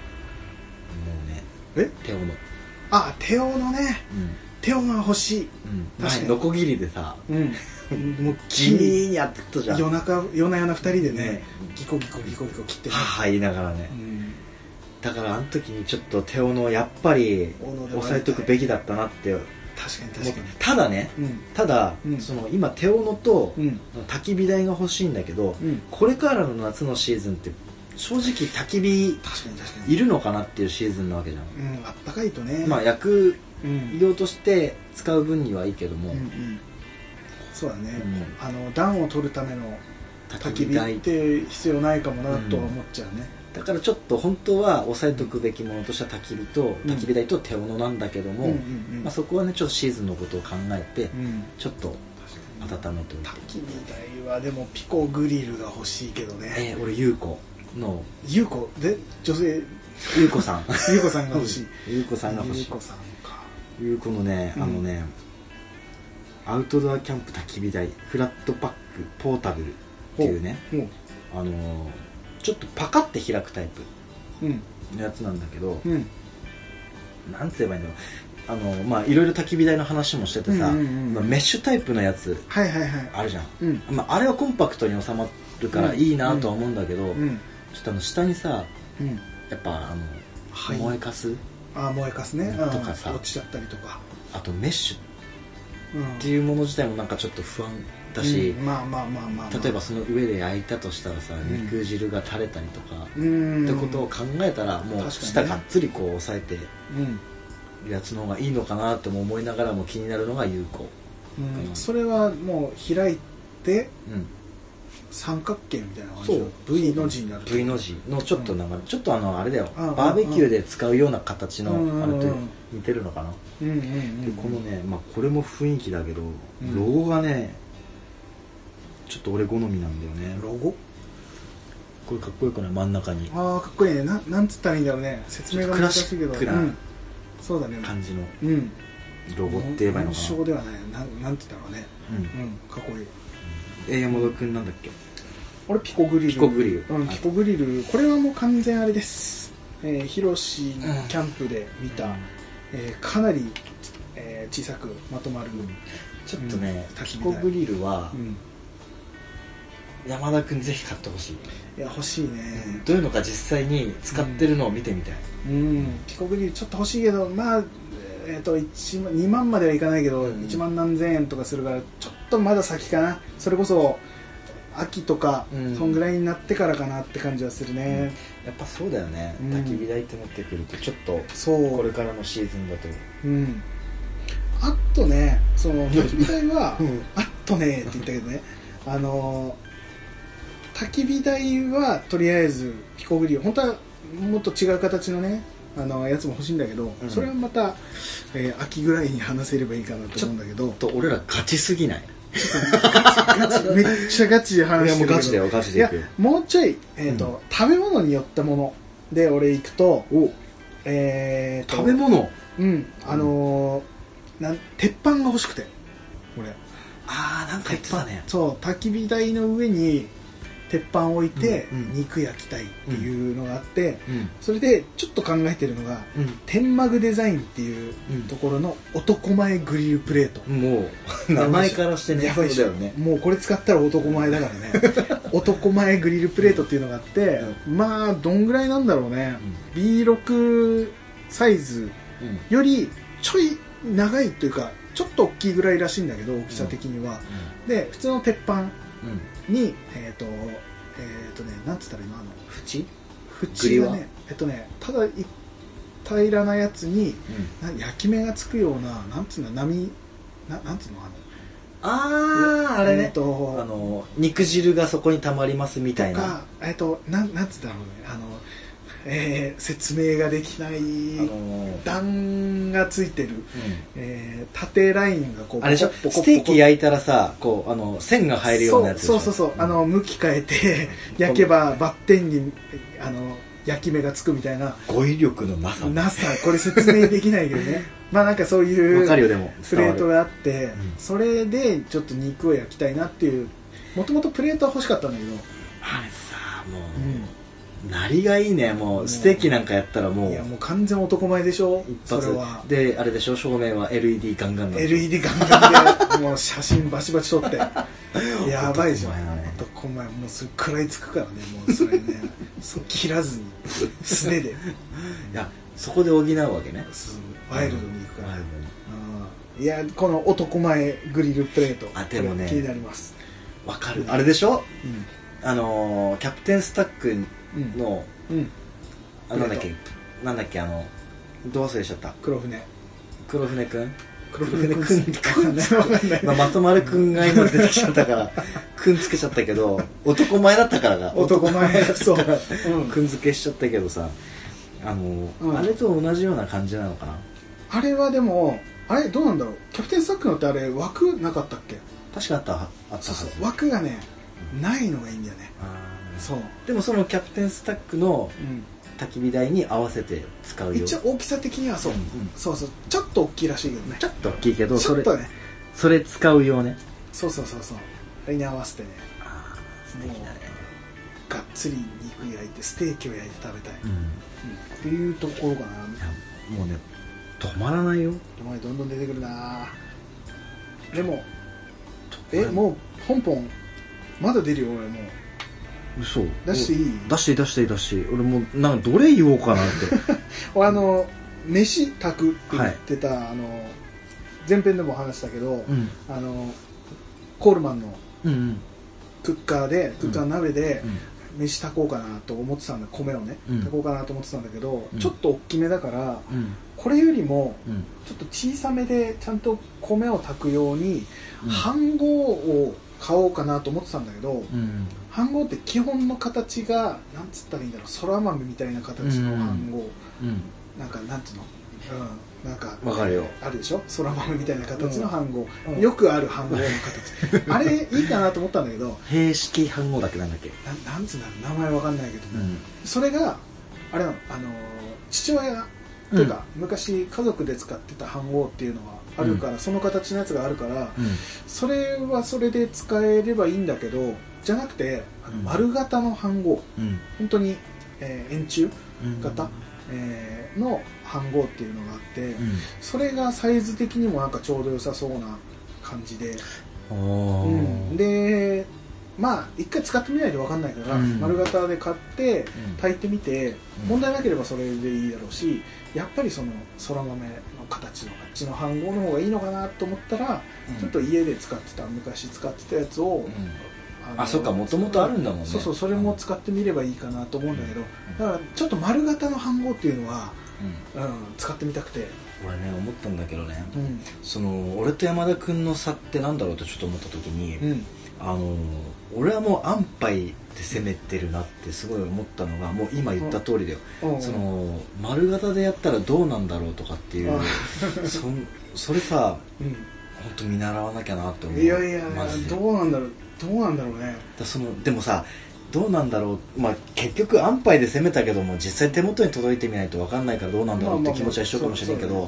もうね。手斧。 手斧ね。手斧は欲しい。 確かにノコギリでさ、 もう地味にやってたじゃん。 夜な2人でね、ギコギコ切ってね、 言いながらね。だからあの時にちょっと手斧をやっぱり押さえとくべきだったなって。 確かに。 ただね、その今手斧と焚き火台が欲しいんだけど、これからの夏のシーズンって正直焚き火いるのかなっていうシーズンなわけじゃん。 あったかいとね。 焼く用として使う分にはいいけども、 そうだね。暖を取るための焚き火って必要ないかもなとは思っちゃうね。 だからちょっと本当は押さえとくべきものとしては焚き火台と手斧なんだけども、そこはねちょっとシーズンのことを考えてちょっと温めておいて。 焚き火台はでもピコグリルが欲しいけどね。 俺優子で女性優子さんが欲しい。 優子さんが欲しい。優子のね、アウトドアキャンプ焚き火台フラットパックポータブルっていうね、ちょっとパカって開くタイプのやつなんだけど、なんて言えばいいんだろう。いろいろ焚き火台の話もしててさ、メッシュタイプのやつあるじゃん。あれはコンパクトに収まるからいいなとは思うんだけど、ちょっと下にさ、やっぱ燃えかすねとかさ、 落ちちゃったりとか、 あとメッシュっていうもの自体もなんかちょっと不安だし、例えばその上で焼いたとしたらさ、肉汁が垂れたりとかってことを考えたら、もう下がっつりこう押さえてるやつの方がいいのかなとも思いながらも気になるのが有効。 それはもう開いて三角形みたいな感じの V の字になる。 V の字のちょっとちょっとあれだよ、バーベキューで使うような形のあれと似てるのかな。でこのね、これも雰囲気だけど、ロゴがねちょっと俺好みなんだよね。 ロゴこれかっこよくない？真ん中に。 かっこいいね。なんつったらいいんだろうね。説明が難しいけど、 クラシックなそうだね、 感じのロゴって言えばいいのかな。 紋章ではない、なんて言ったろうね。かっこいい。 山田君なんだっけ？ 俺ピコグリル。 ピコグリル。 ピコグリル。これはもう完全あれです。ヒロシキャンプで見た、かなり、小さくまとまる。 ちょっとね、ピコグリルは山田君ぜひ買ってほしい。 いや欲しいね。 どういうのか実際に使ってるのを見てみたい。 ピコグリルちょっと欲しいけど、2万まではいかないけど、1万何千円とかするからちょっとまだ先かな。それこそ秋とか、そんぐらいになってからかなって感じはするね、 やっぱそうだよね、焚き火台って持ってくるとちょっとそうこれからのシーズンだとあとね、その焚き火台はあとねって言ったけどね、焚き火台はとりあえずピコグリル、本当はもっと違う形のねやつも欲しいんだけど、それはまた、秋ぐらいに話せればいいかなと思うんだけど、 ちょっと俺らガチすぎない？ めっちゃガチで話してるけど、いやもうガチだよ、ガチでいくよ。 もうちょい、食べ物によったもので俺行くと、 食べ物、 鉄板が欲しくて、俺なんか言ってたね。 そう焚き火台の上に鉄板を置いて肉焼きたいっていうのがあって、それでちょっと考えてるのが、天マグデザインっていうところの男前グリルプレート、 もう名前からしてね、 やばいでしょ、もうこれ使ったら男前だからね男前グリルプレートっていうのがあって、まあどんぐらいなんだろうね、B6 サイズよりちょい長いというかちょっと大きいぐらいらしいんだけど、大きさ的には、で普通の鉄板になんつったら今縁がね、ただ平らなやつに、焼き目がつくような、なんつうの、なんつうの、 あれね、肉汁がそこに溜まりますみたいな、 なんつうんだろうね、説明ができない、段がついてる、縦ラインがこう、 あれでしょ、ステーキ焼いたらさ、こう線が入るようなやつでしょ。 そう向き変えて焼けばバッテンに焼き目がつくみたいな。 語彙力のなさ、 これ説明できないけどねまあなんかそういうプレートがあって、それでちょっと肉を焼きたいなっていう、もともとプレートは欲しかったんだけど、 あれさ、もうなりがいいね。もうステーキなんかやったらもう、 いやもう完全男前でしょ、それは。 であれでしょ、照明は LED ガンガンなんで LED ガンガンでもう写真バシバチ撮ってやばいじゃん、男前、もうそれ食らいつくからね、もうそれね切らずに素手でいや、そこで補うわけね、 ワイルドにいくから、いや、この男前グリルプレート、 でもね、 気になります。 わかる、あれでしょ、キャプテンスタックの、なんだっけどう忘れしちゃった、黒船くんまとまるくんが今出てきちゃったからくんつけちゃったけど、男前だったからが男前そうくん付けしちゃったけどさ、あれと同じような感じなのかな。 あれはでも、あれどうなんだろう、キャプテンスタックのってあれ枠なかったっけ。 確かあったはず。 枠がね、ないのがいいんだよね。そうでもそのキャプテンスタックの焚き火台に合わせて使うよ。 一応大きさ的にはそう、そうちょっと大きいらしいけどね、 ちょっと大きいけど、 ちょっとね、 それ使うよね。 そうあれに合わせてね、 素敵だね、 がっつり肉焼いてステーキを焼いて食べたい、っていうところかな。 もうね、止まらないよ。 どんどん出てくるな。でももうポンポンまだ出るよ、俺もう。 嘘出していい？ 出して俺もうなんかどれ言おうかなって飯炊くって言ってた、前編でも話したけど、コールマンのクッカー鍋で飯炊こうかなと思ってたんだ、米をね、炊こうかなと思ってたんだけど、ちょっと大きめだから、これよりもちょっと小さめでちゃんと米を炊くように飯盒を買おうかなと思ってたんだけど、飯盒って基本の形がなんつったらいいんだろう、そら豆みたいな形の飯盒、なんつうの、なんかわかるよ、 あるでしょ、そら豆みたいな形の飯盒、よくある飯盒の形あれいいかなと思ったんだけど、 平式飯盒だっけ、なんだっけ、 なんつうんだろう、名前わかんないけど、それがあれなの、父親というか、昔家族で使ってた飯盒っていうのがあるから、その形のやつがあるから、それはそれで使えればいいんだけど、じゃなくて丸型の飯盒、本当に、円柱型、の飯盒っていうのがあって、それがサイズ的にもなんかちょうど良さそうな感じで、でまあ一回使ってみないと分かんないから、丸型で買って炊いてみて、問題なければそれでいいだろうし、やっぱりそのそら豆の形のあっちの飯盒の方がいいのかなと思ったら、ちょっと家で昔使ってたやつをそっか、もともとあるんだもんね。 そうそう、それも使ってみればいいかなと思うんだけど、だからちょっと丸型の飯盒っていうのは、使ってみたくて。 俺ね、思ったんだけどね、その俺と山田君の差ってなんだろうとちょっと思った時に、俺はもう安牌で攻めてるなってすごい思ったのが、もう今言った通りだよ、その丸型でやったらどうなんだろうとかっていうそれさ、本当見習わなきゃなって思う。 いやいや、どうなんだろうね。 でもさ、どうなんだろう、結局安牌で攻めたけども実際手元に届いてみないと分かんないからどうなんだろうって気持ちは一緒かもしれんけど、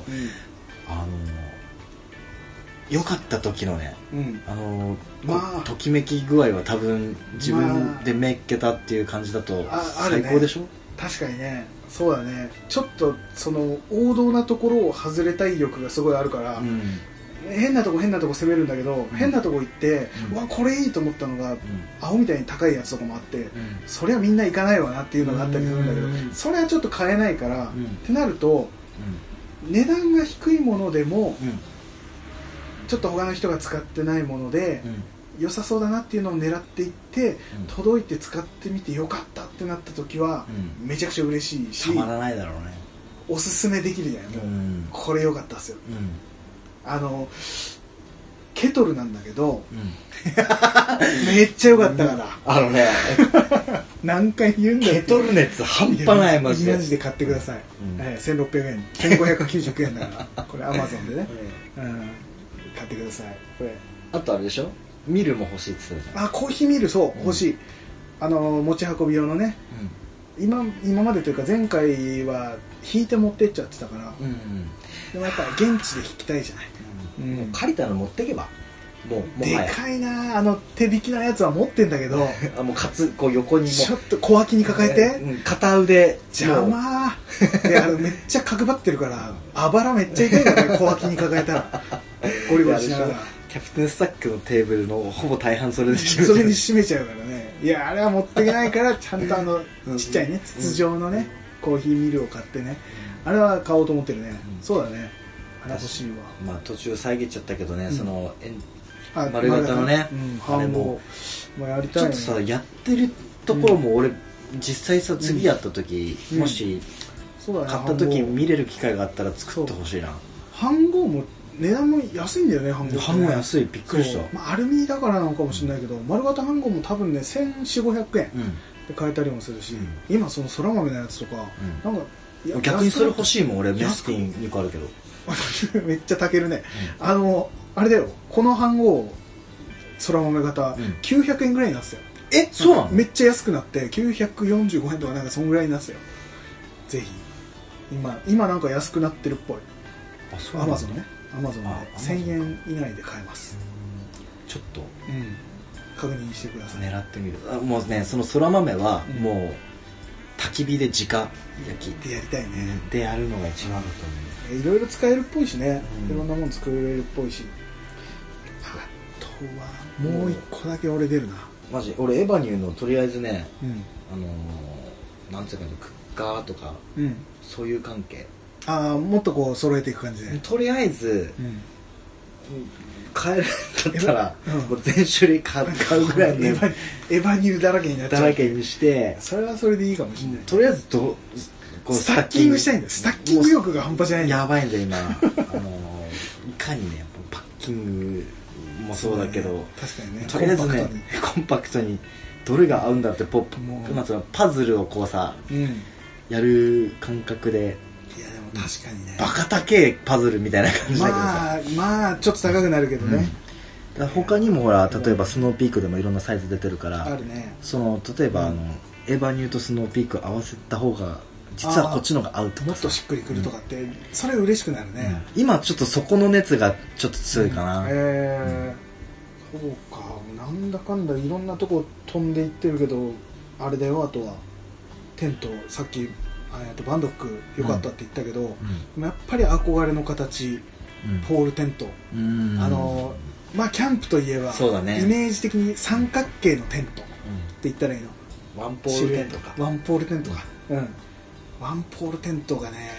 良かった時のね、ときめき具合は多分自分でめっけたっていう感じだと最高でしょ。 確かにね、そうだね。ちょっとその王道なところを外れたい欲がすごいあるから、変なとこ攻めるんだけど、変なとこ行って、うわこれいいと思ったのが、青みたいに高いやつとかもあって、それはみんな行かないわなっていうのがあったりするんだけど、それはちょっと買えないから、ってなると、値段が低いものでも、ちょっと他の人が使ってないもので、良さそうだなっていうのを狙っていって、届いて使ってみてよかったってなった時は、めちゃくちゃ嬉しいし、 たまらないだろうね。 おすすめできるじゃん。これ良かったっすよ。ケトルなんだけど、めっちゃ良かったから。何回言うんだよ。 ケトル熱半端ない、マジで。 マジで買ってください。1600円、1599円だから、これ Amazon でね。買ってください。これ。 あとあれでしょ？ミルも欲しいって言ってたじゃん。 コーヒーミル、そう、欲しい。持ち運び用のね。今までというか前回は引いて持ってっちゃってたから、でもやっぱ現地で引きたいじゃない。 借りたの持ってけば。もうでかいな、手引きのやつは持ってんだけど、 もうこう横にもちょっと小脇に抱えて、 片腕邪魔で、めっちゃ角張ってるからあばらめっちゃ痛いからね、小脇に抱えたらゴリゴリしながら。 キャプテンスタックのテーブルのほぼ大半それでそれに締めちゃうからね。いや、あれは持っていけないから、ちゃんとちっちゃいね、筒状のね、コーヒーミルを買ってね、あれは買おうと思ってるね。そうだね、あれ欲しいわ。 途中遮っちゃったけどね、その丸型のね、あれもやりたいね。 ちょっとさ、やってるところも俺実際さ、次やった時もし買った時見れる機会があったら作ってほしいな。 飯盒も値段も安いんだよね、飯盒。 飯盒安い、びっくりした。 アルミだからなのかもしれないけど、丸型飯盒も多分ね、1400-1500円で買えたりもするし、今そのそら豆のやつとか、なんか逆にそれ欲しいもん。俺メスティン2個あるけどめっちゃ炊けるね。あれだよ、この飯盒そら豆型900円ぐらいになってたよ。 そうなの？ めっちゃ安くなって945円とかなんかそんぐらいになってたよ。ぜひ今なんか安くなってるっぽい。アマゾンね、アマゾンで1000円以内で買えます。 ちょっと確認してください。 狙ってみる。もうね、そのそら豆はもう焚き火で直焼きでやりたいね。 でやるのが一番だと思う。 いろいろ使えるっぽいしね、いろんなもの作れるっぽいし。あとはもう一個だけ俺出るな。 マジ俺エバニューのとりあえずね、なんていうかクッカーとかそういう関係、 もっとこう揃えていく感じで、 とりあえず買えるんだったらもう全種類買うぐらいのエヴァニューだらけになっちゃう。 だらけにして、 それはそれでいいかもしれない。 とりあえずスタッキングしたいんだよ。スタッキング欲が半端じゃないんだよ。 やばいんだよ今いかにね、パッキングもそうだけど、 確かにね、 とりあえずねコンパクトにどれが合うんだってパズルをこうさ、やる感覚で。 いやでも確かにね、 バカ高えパズルみたいな感じだけどさ、ちょっと高くなるけどね。 他にもほら、例えばスノーピークでもいろんなサイズ出てるから、 あるね。 例えばエヴァニューとスノーピーク合わせた方が実はこっちの方が合うとか、 もっとしっくりくるとかって、それ嬉しくなるね。 今ちょっとそこの熱がちょっと強いかな。 そうか、なんだかんだいろんなとこ飛んでいってるけど、あれだよ、あとはテント、さっきバンドック良かったって言ったけど、やっぱり憧れの形、ポールテント、キャンプといえば、イメージ的に三角形のテントって言ったらいいの。 ワンポールテントか。 ワンポールテントか。ワンポールテントがね、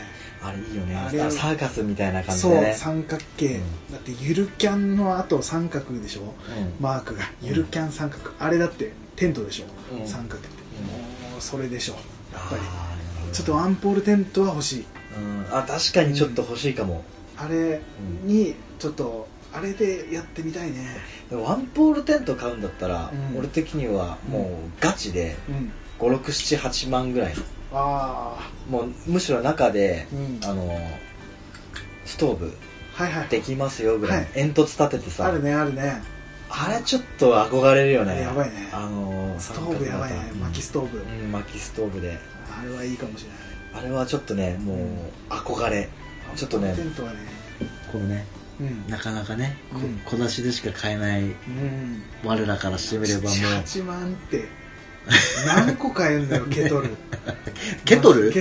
あれいいよね。サーカスみたいな感じでね。 そう三角形、だってゆるキャンの後三角でしょ、マークがゆるキャン三角、あれだってテントでしょ、三角って、もうそれでしょやっぱり。ちょっとワンポールテントは欲しい。 確かにちょっと欲しいかも。 あれにちょっとあれでやってみたいね。 でもワンポールテント買うんだったら、俺的にはもうガチで5、6、7、8万ぐらいの、もうむしろ中で、ストーブできますよぐらい、煙突立ててさ、 あるねあるね。 あれちょっと憧れるよね。 やばいね。ストーブやばいね。薪ストーブ。 薪ストーブで。 あれはいいかもしれない。 あれはちょっとね、もう憧れ。ちょっとね、このね、なかなかね、小出しでしか買えない我らからしてみればもう 8万って何個買えんだよ。ケトルケトル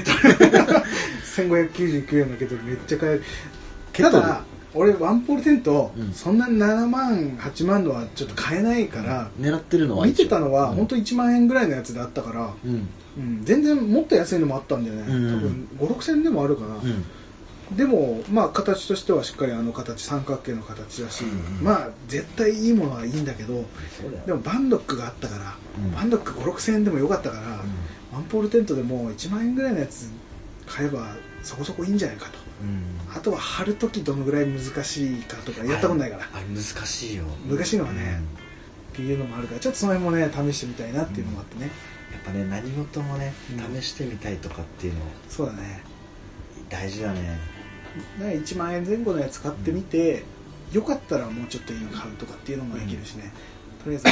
1599円のケトルめっちゃ買える。ただ俺ワンポールテント、そんなに7万8万のはちょっと買えないから、 狙ってるのは見てたのは本当1万円ぐらいのやつであったから、全然もっと安いのもあったんだよね。多分5、6千円でもあるかな。でもまあ形としてはしっかり形三角形の形だし、まあ絶対いいものはいいんだけど、でもバンドックがあったから、バンドック5、6千円でもよかったから、ワンポールテントでも1万円ぐらいのやつ買えばそこそこいいんじゃないかと。あとは貼るときどのぐらい難しいかとかやったことないから、 あれ難しいよ。 難しいのはね、っていうのもあるから、ちょっとその辺もね試してみたいなっていうのもあってね。 やっぱね、何事もね試してみたいとかっていうのそうだね、大事だね。 1万円前後のやつ買ってみて、よかったらもうちょっといいの買うとかっていうのもできるしね。とりあえず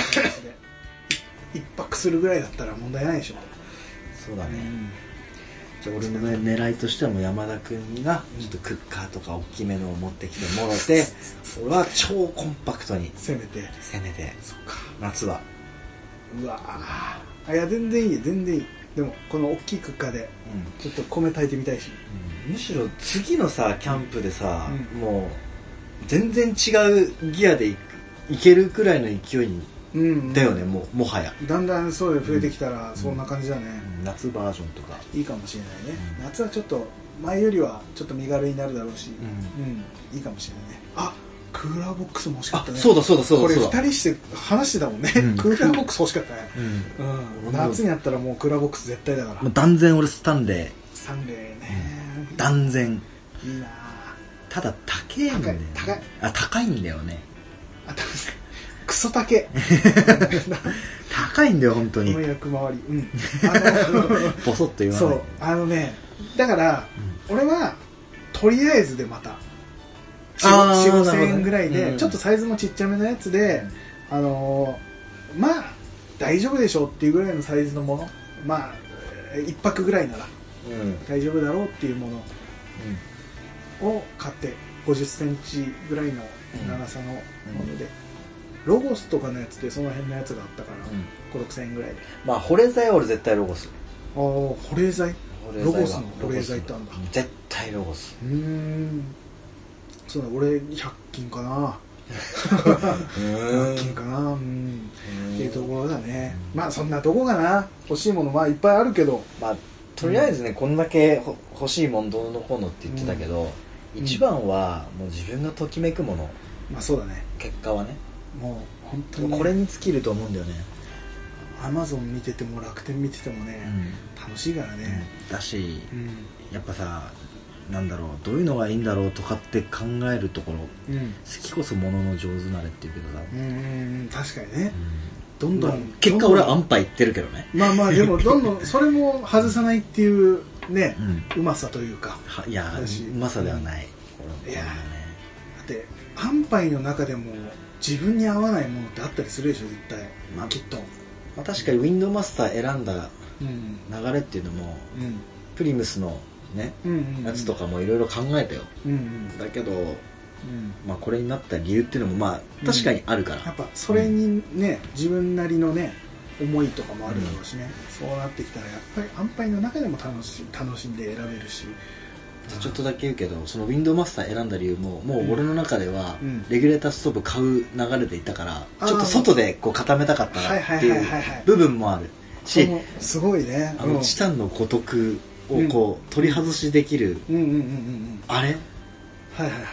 1泊するぐらいだったら問題ないでしょ。 そうだね。じゃあ俺の狙いとしてはもう山田君がちょっとクッカーとか大きめのを持ってきてもろて、俺は超コンパクトに攻めて。 そっか、夏は。 うわいや全然いい全然いい。でもこの大きいクッカーでちょっと米炊いてみたいし、 むしろ次のさキャンプでさ、もう全然違うギアでいけるくらいの勢いにだよね、もはやだんだんそうで増えてきたらそんな感じだね。 夏バージョンとかいいかもしれないね。夏はちょっと前よりはちょっと身軽になるだろうし、いいかもしれないね。あ、クーラーボックスも欲しかったね。 そうだこれ 2人して話してたもんね。クーラーボックス欲しかったね。夏になったらもうクーラーボックス絶対だから。 断然俺スタンレーね。 断然いいな。 ただ高いんだよね。高いんだよね。 クソ高い高いんだよ本当に。 この役回り、 ボソッと言わない。 そうだから俺はとりあえずでまた4、5千円ぐらいで、ちょっとサイズもちっちゃめのやつで、まあ大丈夫でしょうっていうぐらいのサイズのもの、まあ1泊ぐらいなら大丈夫だろうっていうものを買って、50センチぐらいの長さのもので、ロゴスとかのやつでその辺のやつがあったから、5、6千円ぐらいで。 まあ保冷剤は俺絶対ロゴス。 保冷剤、ロゴスの保冷剤ってあるんだ。 絶対ロゴス。 そうだ、俺100均かな。100均かな。っていうところだね。まあそんなとこかな。欲しいものまあいっぱいあるけど、 まあとりあえずね、こんだけ欲しいものどうのこうのって言ってたけど、一番はもう自分がときめくもの。 まあそうだね。 結果はね、もう本当にこれに尽きると思うんだよね。 アマゾン見てても楽天見ててもね、楽しいからね。 だし、やっぱさ、なんだろう、どういうのがいいんだろうとかって考えるところ、好きこそものの上手なれっていうけどさ、 確かにね、どんどん結果俺は安牌言ってるけどね。 まあでもどんどんそれも外さないっていうね、うまさというか、 いやうまさではない。 いやだって安牌の中でも自分に合わないものってあったりするでしょ絶対。まあきっと。 確かにウィンドマスター選んだ流れっていうのも、プリムスのね、やつとかもいろいろ考えたよ。だけど、まあこれになった理由っていうのもまあ確かにあるから。 やっぱそれにね、自分なりのね思いとかもあるだろうしね。そうなってきたらやっぱり安牌の中でも楽しんで選べるし。 ちょっとだけ言うけど、そのウィンドウマスター選んだ理由ももう俺の中ではレギュレーターストーブ買う流れでいたから、ちょっと外でこう固めたかったなっていう部分もあるし、 すごいね、 チタンのごとくをこう取り外しできる、あれ、 はいはいはい、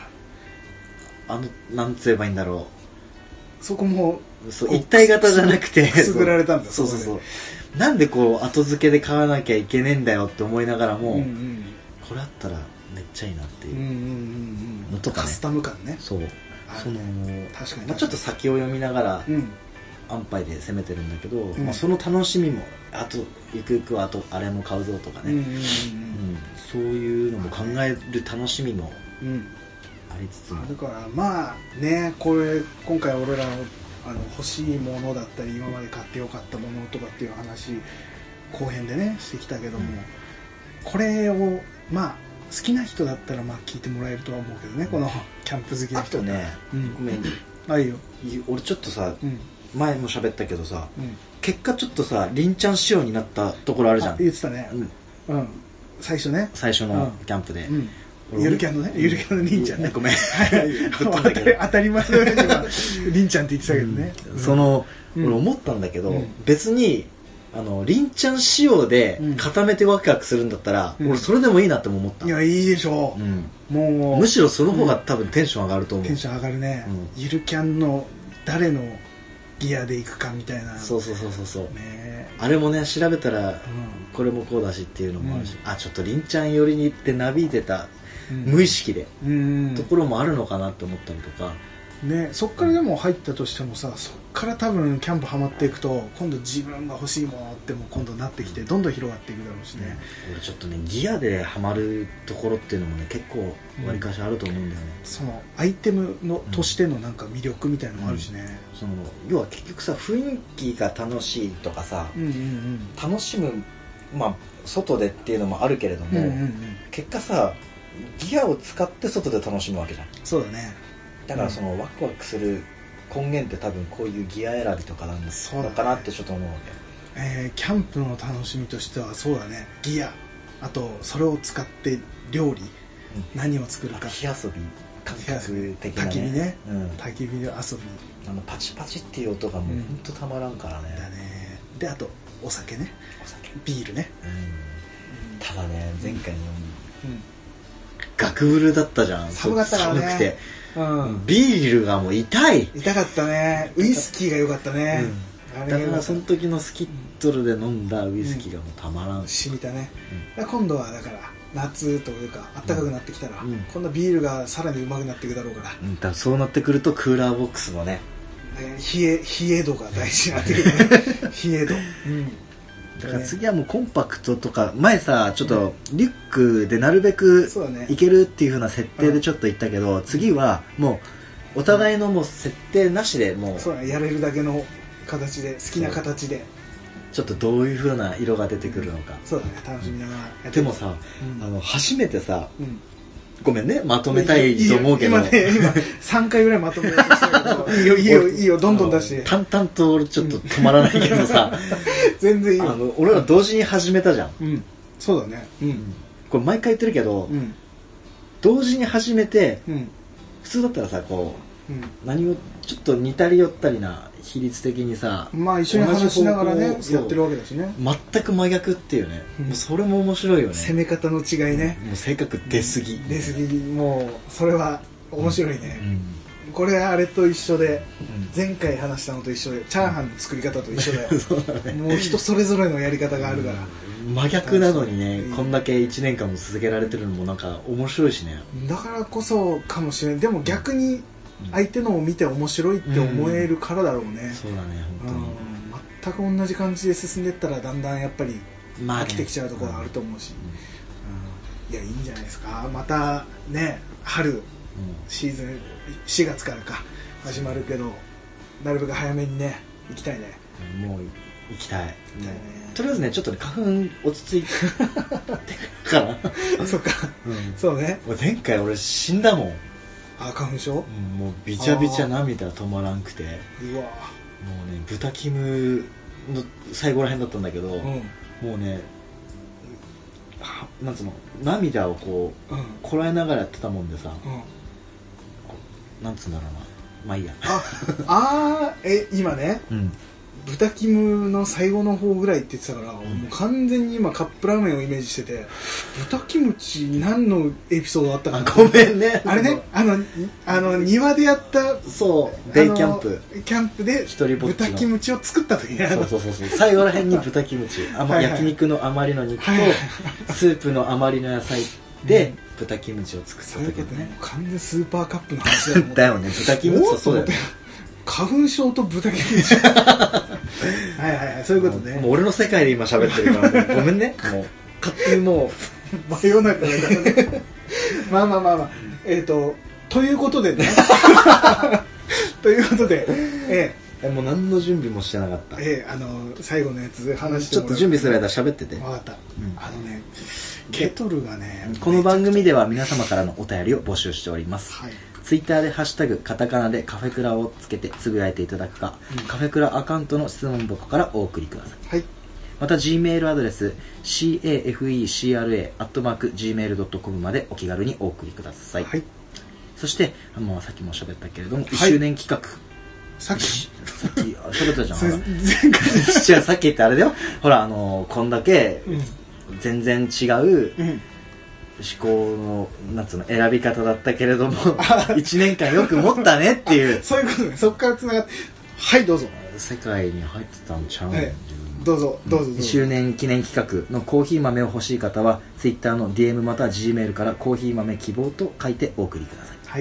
なんつ言えばいいんだろう、そこもそう一体型じゃなくてくすぐられたんだ。 そうなんでこう後付けで買わなきゃいけねえんだよって思いながらも、これあったらめっちゃいいなっていうのとかね、 カスタム感ね。 そうその確かに、 まあ、ちょっと先を読みながら、安牌で攻めてるんだけど、まあ、その楽しみもあとゆくゆくはあれも買うぞとかね、そういうのも考える楽しみもありつつも、 だからまあね、これ今回俺らの欲しいものだったり今まで買ってよかったものとかっていう話後編でねしてきたけども、これをまあ好きな人だったらまあ聞いてもらえるとは思うけどね、このキャンプ好きな人。 あとね、ごめん、 あ、いいよ。 俺ちょっとさ、前も喋ったけどさ、結果ちょっとさりんちゃん仕様になったところあるじゃん。 言ってたね。最初ね、 最初のキャンプで、 ゆるキャンのね、ゆるキャンのりんちゃんね、 ごめん当たり前のようにりんちゃんって言ってたけどね、 俺思ったんだけど、別にりんちゃん仕様で固めてワクワクするんだったら、俺それでもいいなっても思った。 いや、いいでしょう、もうむしろその方が多分テンション上がると思う。 テンション上がるね、ゆるキャンの誰のギアで行くかみたいな。 そうあれもね調べたら、これもこうだしっていうのもあるし、ちょっとりんちゃん寄りに行ってなびいてた、無意識で、ところもあるのかなって思ったりとかね。そっからでも入ったとしてもさ、そっから多分キャンプハマっていくと今度自分が欲しいものっても今度なってきてどんどん広がっていくだろうしね、 俺ちょっとねギアでハマるところっていうのもね結構わりかしあると思うんだよね、 そのアイテムのとしてのなんか魅力みたいなのもあるしね、 その要は結局さ雰囲気が楽しいとかさ、楽しむ、まあ外でっていうのもあるけれども、結果さギアを使って外で楽しむわけじゃん。 そうだね。 だからそのワクワクする根源って多分こういうギア選びとかなんですのかなってちょっと思うわけ。 キャンプの楽しみとしてはそうだね、ギア、あとそれを使って料理、何を作るか、 火遊び感覚的なね、 焚き火ね、焚き火遊び、 パチパチっていう音がもうほんとたまらんからね。 だね。であとお酒ね、ビールね、 ただね前回のガクブルだったじゃん。 寒かったからね。 寒くて、ビールがもう痛かったね。ウイスキーが良かったね、 だからその時のスキットルで飲んだウイスキーがもうたまらん、 染みたね、今度はだから夏というか暖かくなってきたら、今度ビールがさらにうまくなっていくだろうから、 だからそうなってくるとクーラーボックスのね冷え度が大事になってくるね冷え度、 だから次はもうコンパクトとか、前さちょっとリュックでなるべくいけるっていう風な設定でちょっと言ったけど、次はもうお互いのもう設定なしでもう、 そうだね、やれるだけの形で好きな形でちょっとどういう風な色が出てくるのか、 そうだね、楽しみながらやって。 でもさ、初めてさ、ごめんねまとめたいと思うけど、 今3回ぐらいまとめようとしたけどいいよどんどん出して。 淡々と俺ちょっと止まらないけどさ全然いいよ。 俺ら同時に始めたじゃん、 そうだね、 これ毎回言ってるけど、同時に始めて、普通だったらさこう、何をちょっと似たり寄ったりな比率的にさ、 まあ一緒に話しながらねやってるわけだしね、 全く真逆っていうね、もうそれも面白いよね。 攻め方の違いね、 もう性格出過ぎ、 もうそれは面白いね、これあれと一緒で、前回話したのと一緒でチャーハンの作り方と一緒だよそうだね、もう人それぞれのやり方があるから、 真逆なのにね、こんだけ1年間も続けられてるのもなんか面白いしね。 だからこそかもしれない。でも逆に相手のを見て面白いって思えるからだろうね、 そうだね、本当に全く同じ感じで進んでいったらだんだんやっぱり飽きてきちゃうところがあると思うし、いやいいんじゃないですか。またね春、シーズン4月からか始まるけど、なるべく早めにね行きたいね。 もう行きたい、とりあえずねちょっとね花粉落ち着いてからそっか、そうね。 前回俺死んだもん。 花粉症、 もうビチャビチャ涙止まらんくて、 うわ、 もうね豚キムの最後らへんだったんだけど、もうねなんつうの、涙をこう、こらえながらやってたもんでさ、なんつうんだろうな、まあいいや。 今ね、 豚キムの最後の方ぐらいって言ってたから、もう完全に今カップラーメンをイメージしてて、豚キムチ何のエピソードあったかな。 ごめんね。 あれね、庭でやったそうデイキャンプで豚キムチを作った時に、 そう最後らへんに豚キムチ焼肉の余りの肉とスープの余りの野菜で豚キムチを作った時にね。 完全スーパーカップの話だよだよね。豚キムチとそうだよね。 花粉症と豚キムチはいそういうことね。 もう俺の世界で今喋ってるからごめんね。もう勝手にもう真夜中だからね。まあということでねということでもう何の準備もしてなかった。 最後のやつ話してちょっと準備する間喋ってて。 分かった。ケトルがね、 この番組では皆様からのお便りを募集しております。 はい。 ツイッターでハッシュタグカタカナでカフェクラをつけてつぶやいていただくか、カフェクラアカウントの質問箱からお送りください。 はい。 また Gmail アドレス cafecra@gmail.com までお気軽にお送りください。 はい。 そして、さっきも喋ったけれども、1周年企画。 さっき喋ったじゃん。 前回違う、さっき言ってあれだよ。ほら、こんだけ全然違う、思考のなんつうの選び方だったけれども1年間よく持ったねっていうそういうことね。そっからつながって、はいどうぞ。 世界に入ってたんちゃう、 どうぞ 1周年記念企画のコーヒー豆を欲しい方は Twitter の DM または Gmail からコーヒー豆希望と書いてお送りください。 はい。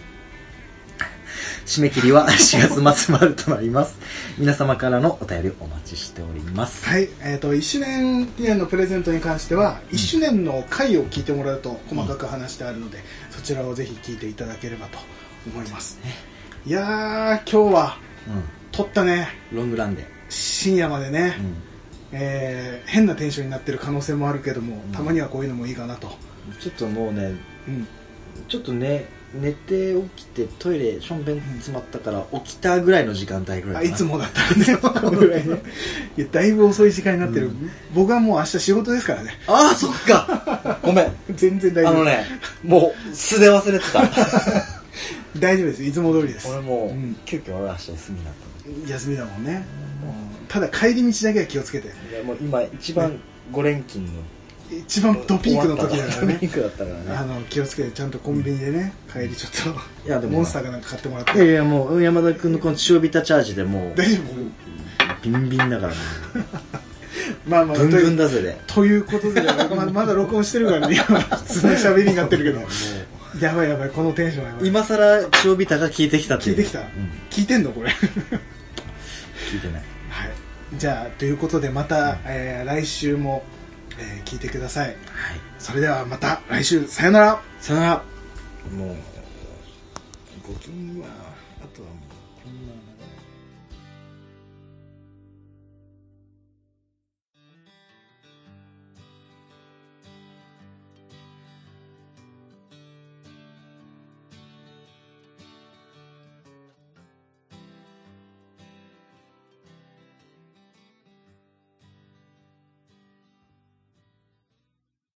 締め切りは4月末までとなります。皆様からのお便りお待ちしております。 はい。1周年記念のプレゼントに関しては、1周年の回を聞いてもらうと細かく話してあるので、そちらをぜひ聞いていただければと思います。いやー、今日は、撮ったね。 ロングランで。 深夜までね、変なテンションになってる可能性もあるけども、たまにはこういうのもいいかなと。 ちょっともうね、ちょっとね、寝て起きてトイレションベン詰まったから起きたぐらいの時間帯ぐらいかな。 いつもだったらねこのぐらいね。いやだいぶ遅い時間になってる、僕はもう明日仕事ですからね。 ああそっかごめん全然大丈夫。 もう素で忘れてた大丈夫です。いつも通りです。 俺も急遽俺明日休みだった休みだもんね。ただ帰り道だけは気をつけて。 いやもう今一番5連勤の一番ドピークの時だからね。 ピークだったからね。 気をつけてちゃんとコンビニでね、帰りちょっといやでもモンスターかなんか買ってもらって。 いやもう山田君のこの強火たチャージでもう大丈夫。ビンビンだからね。 まあまあブンブンだぜで。 ということでまだ録音してるからね。普通の喋りになってるけど。やばいやばいこのテンションやばい。 今更強火たが聞いてきたっていう。 聞いてきた。聞いてんのこれ。 聞いてない。 はい。じゃあということでまた来週も。聞いてください。はい。それではまた来週さよなら。 さよなら。もう募金はあとはもう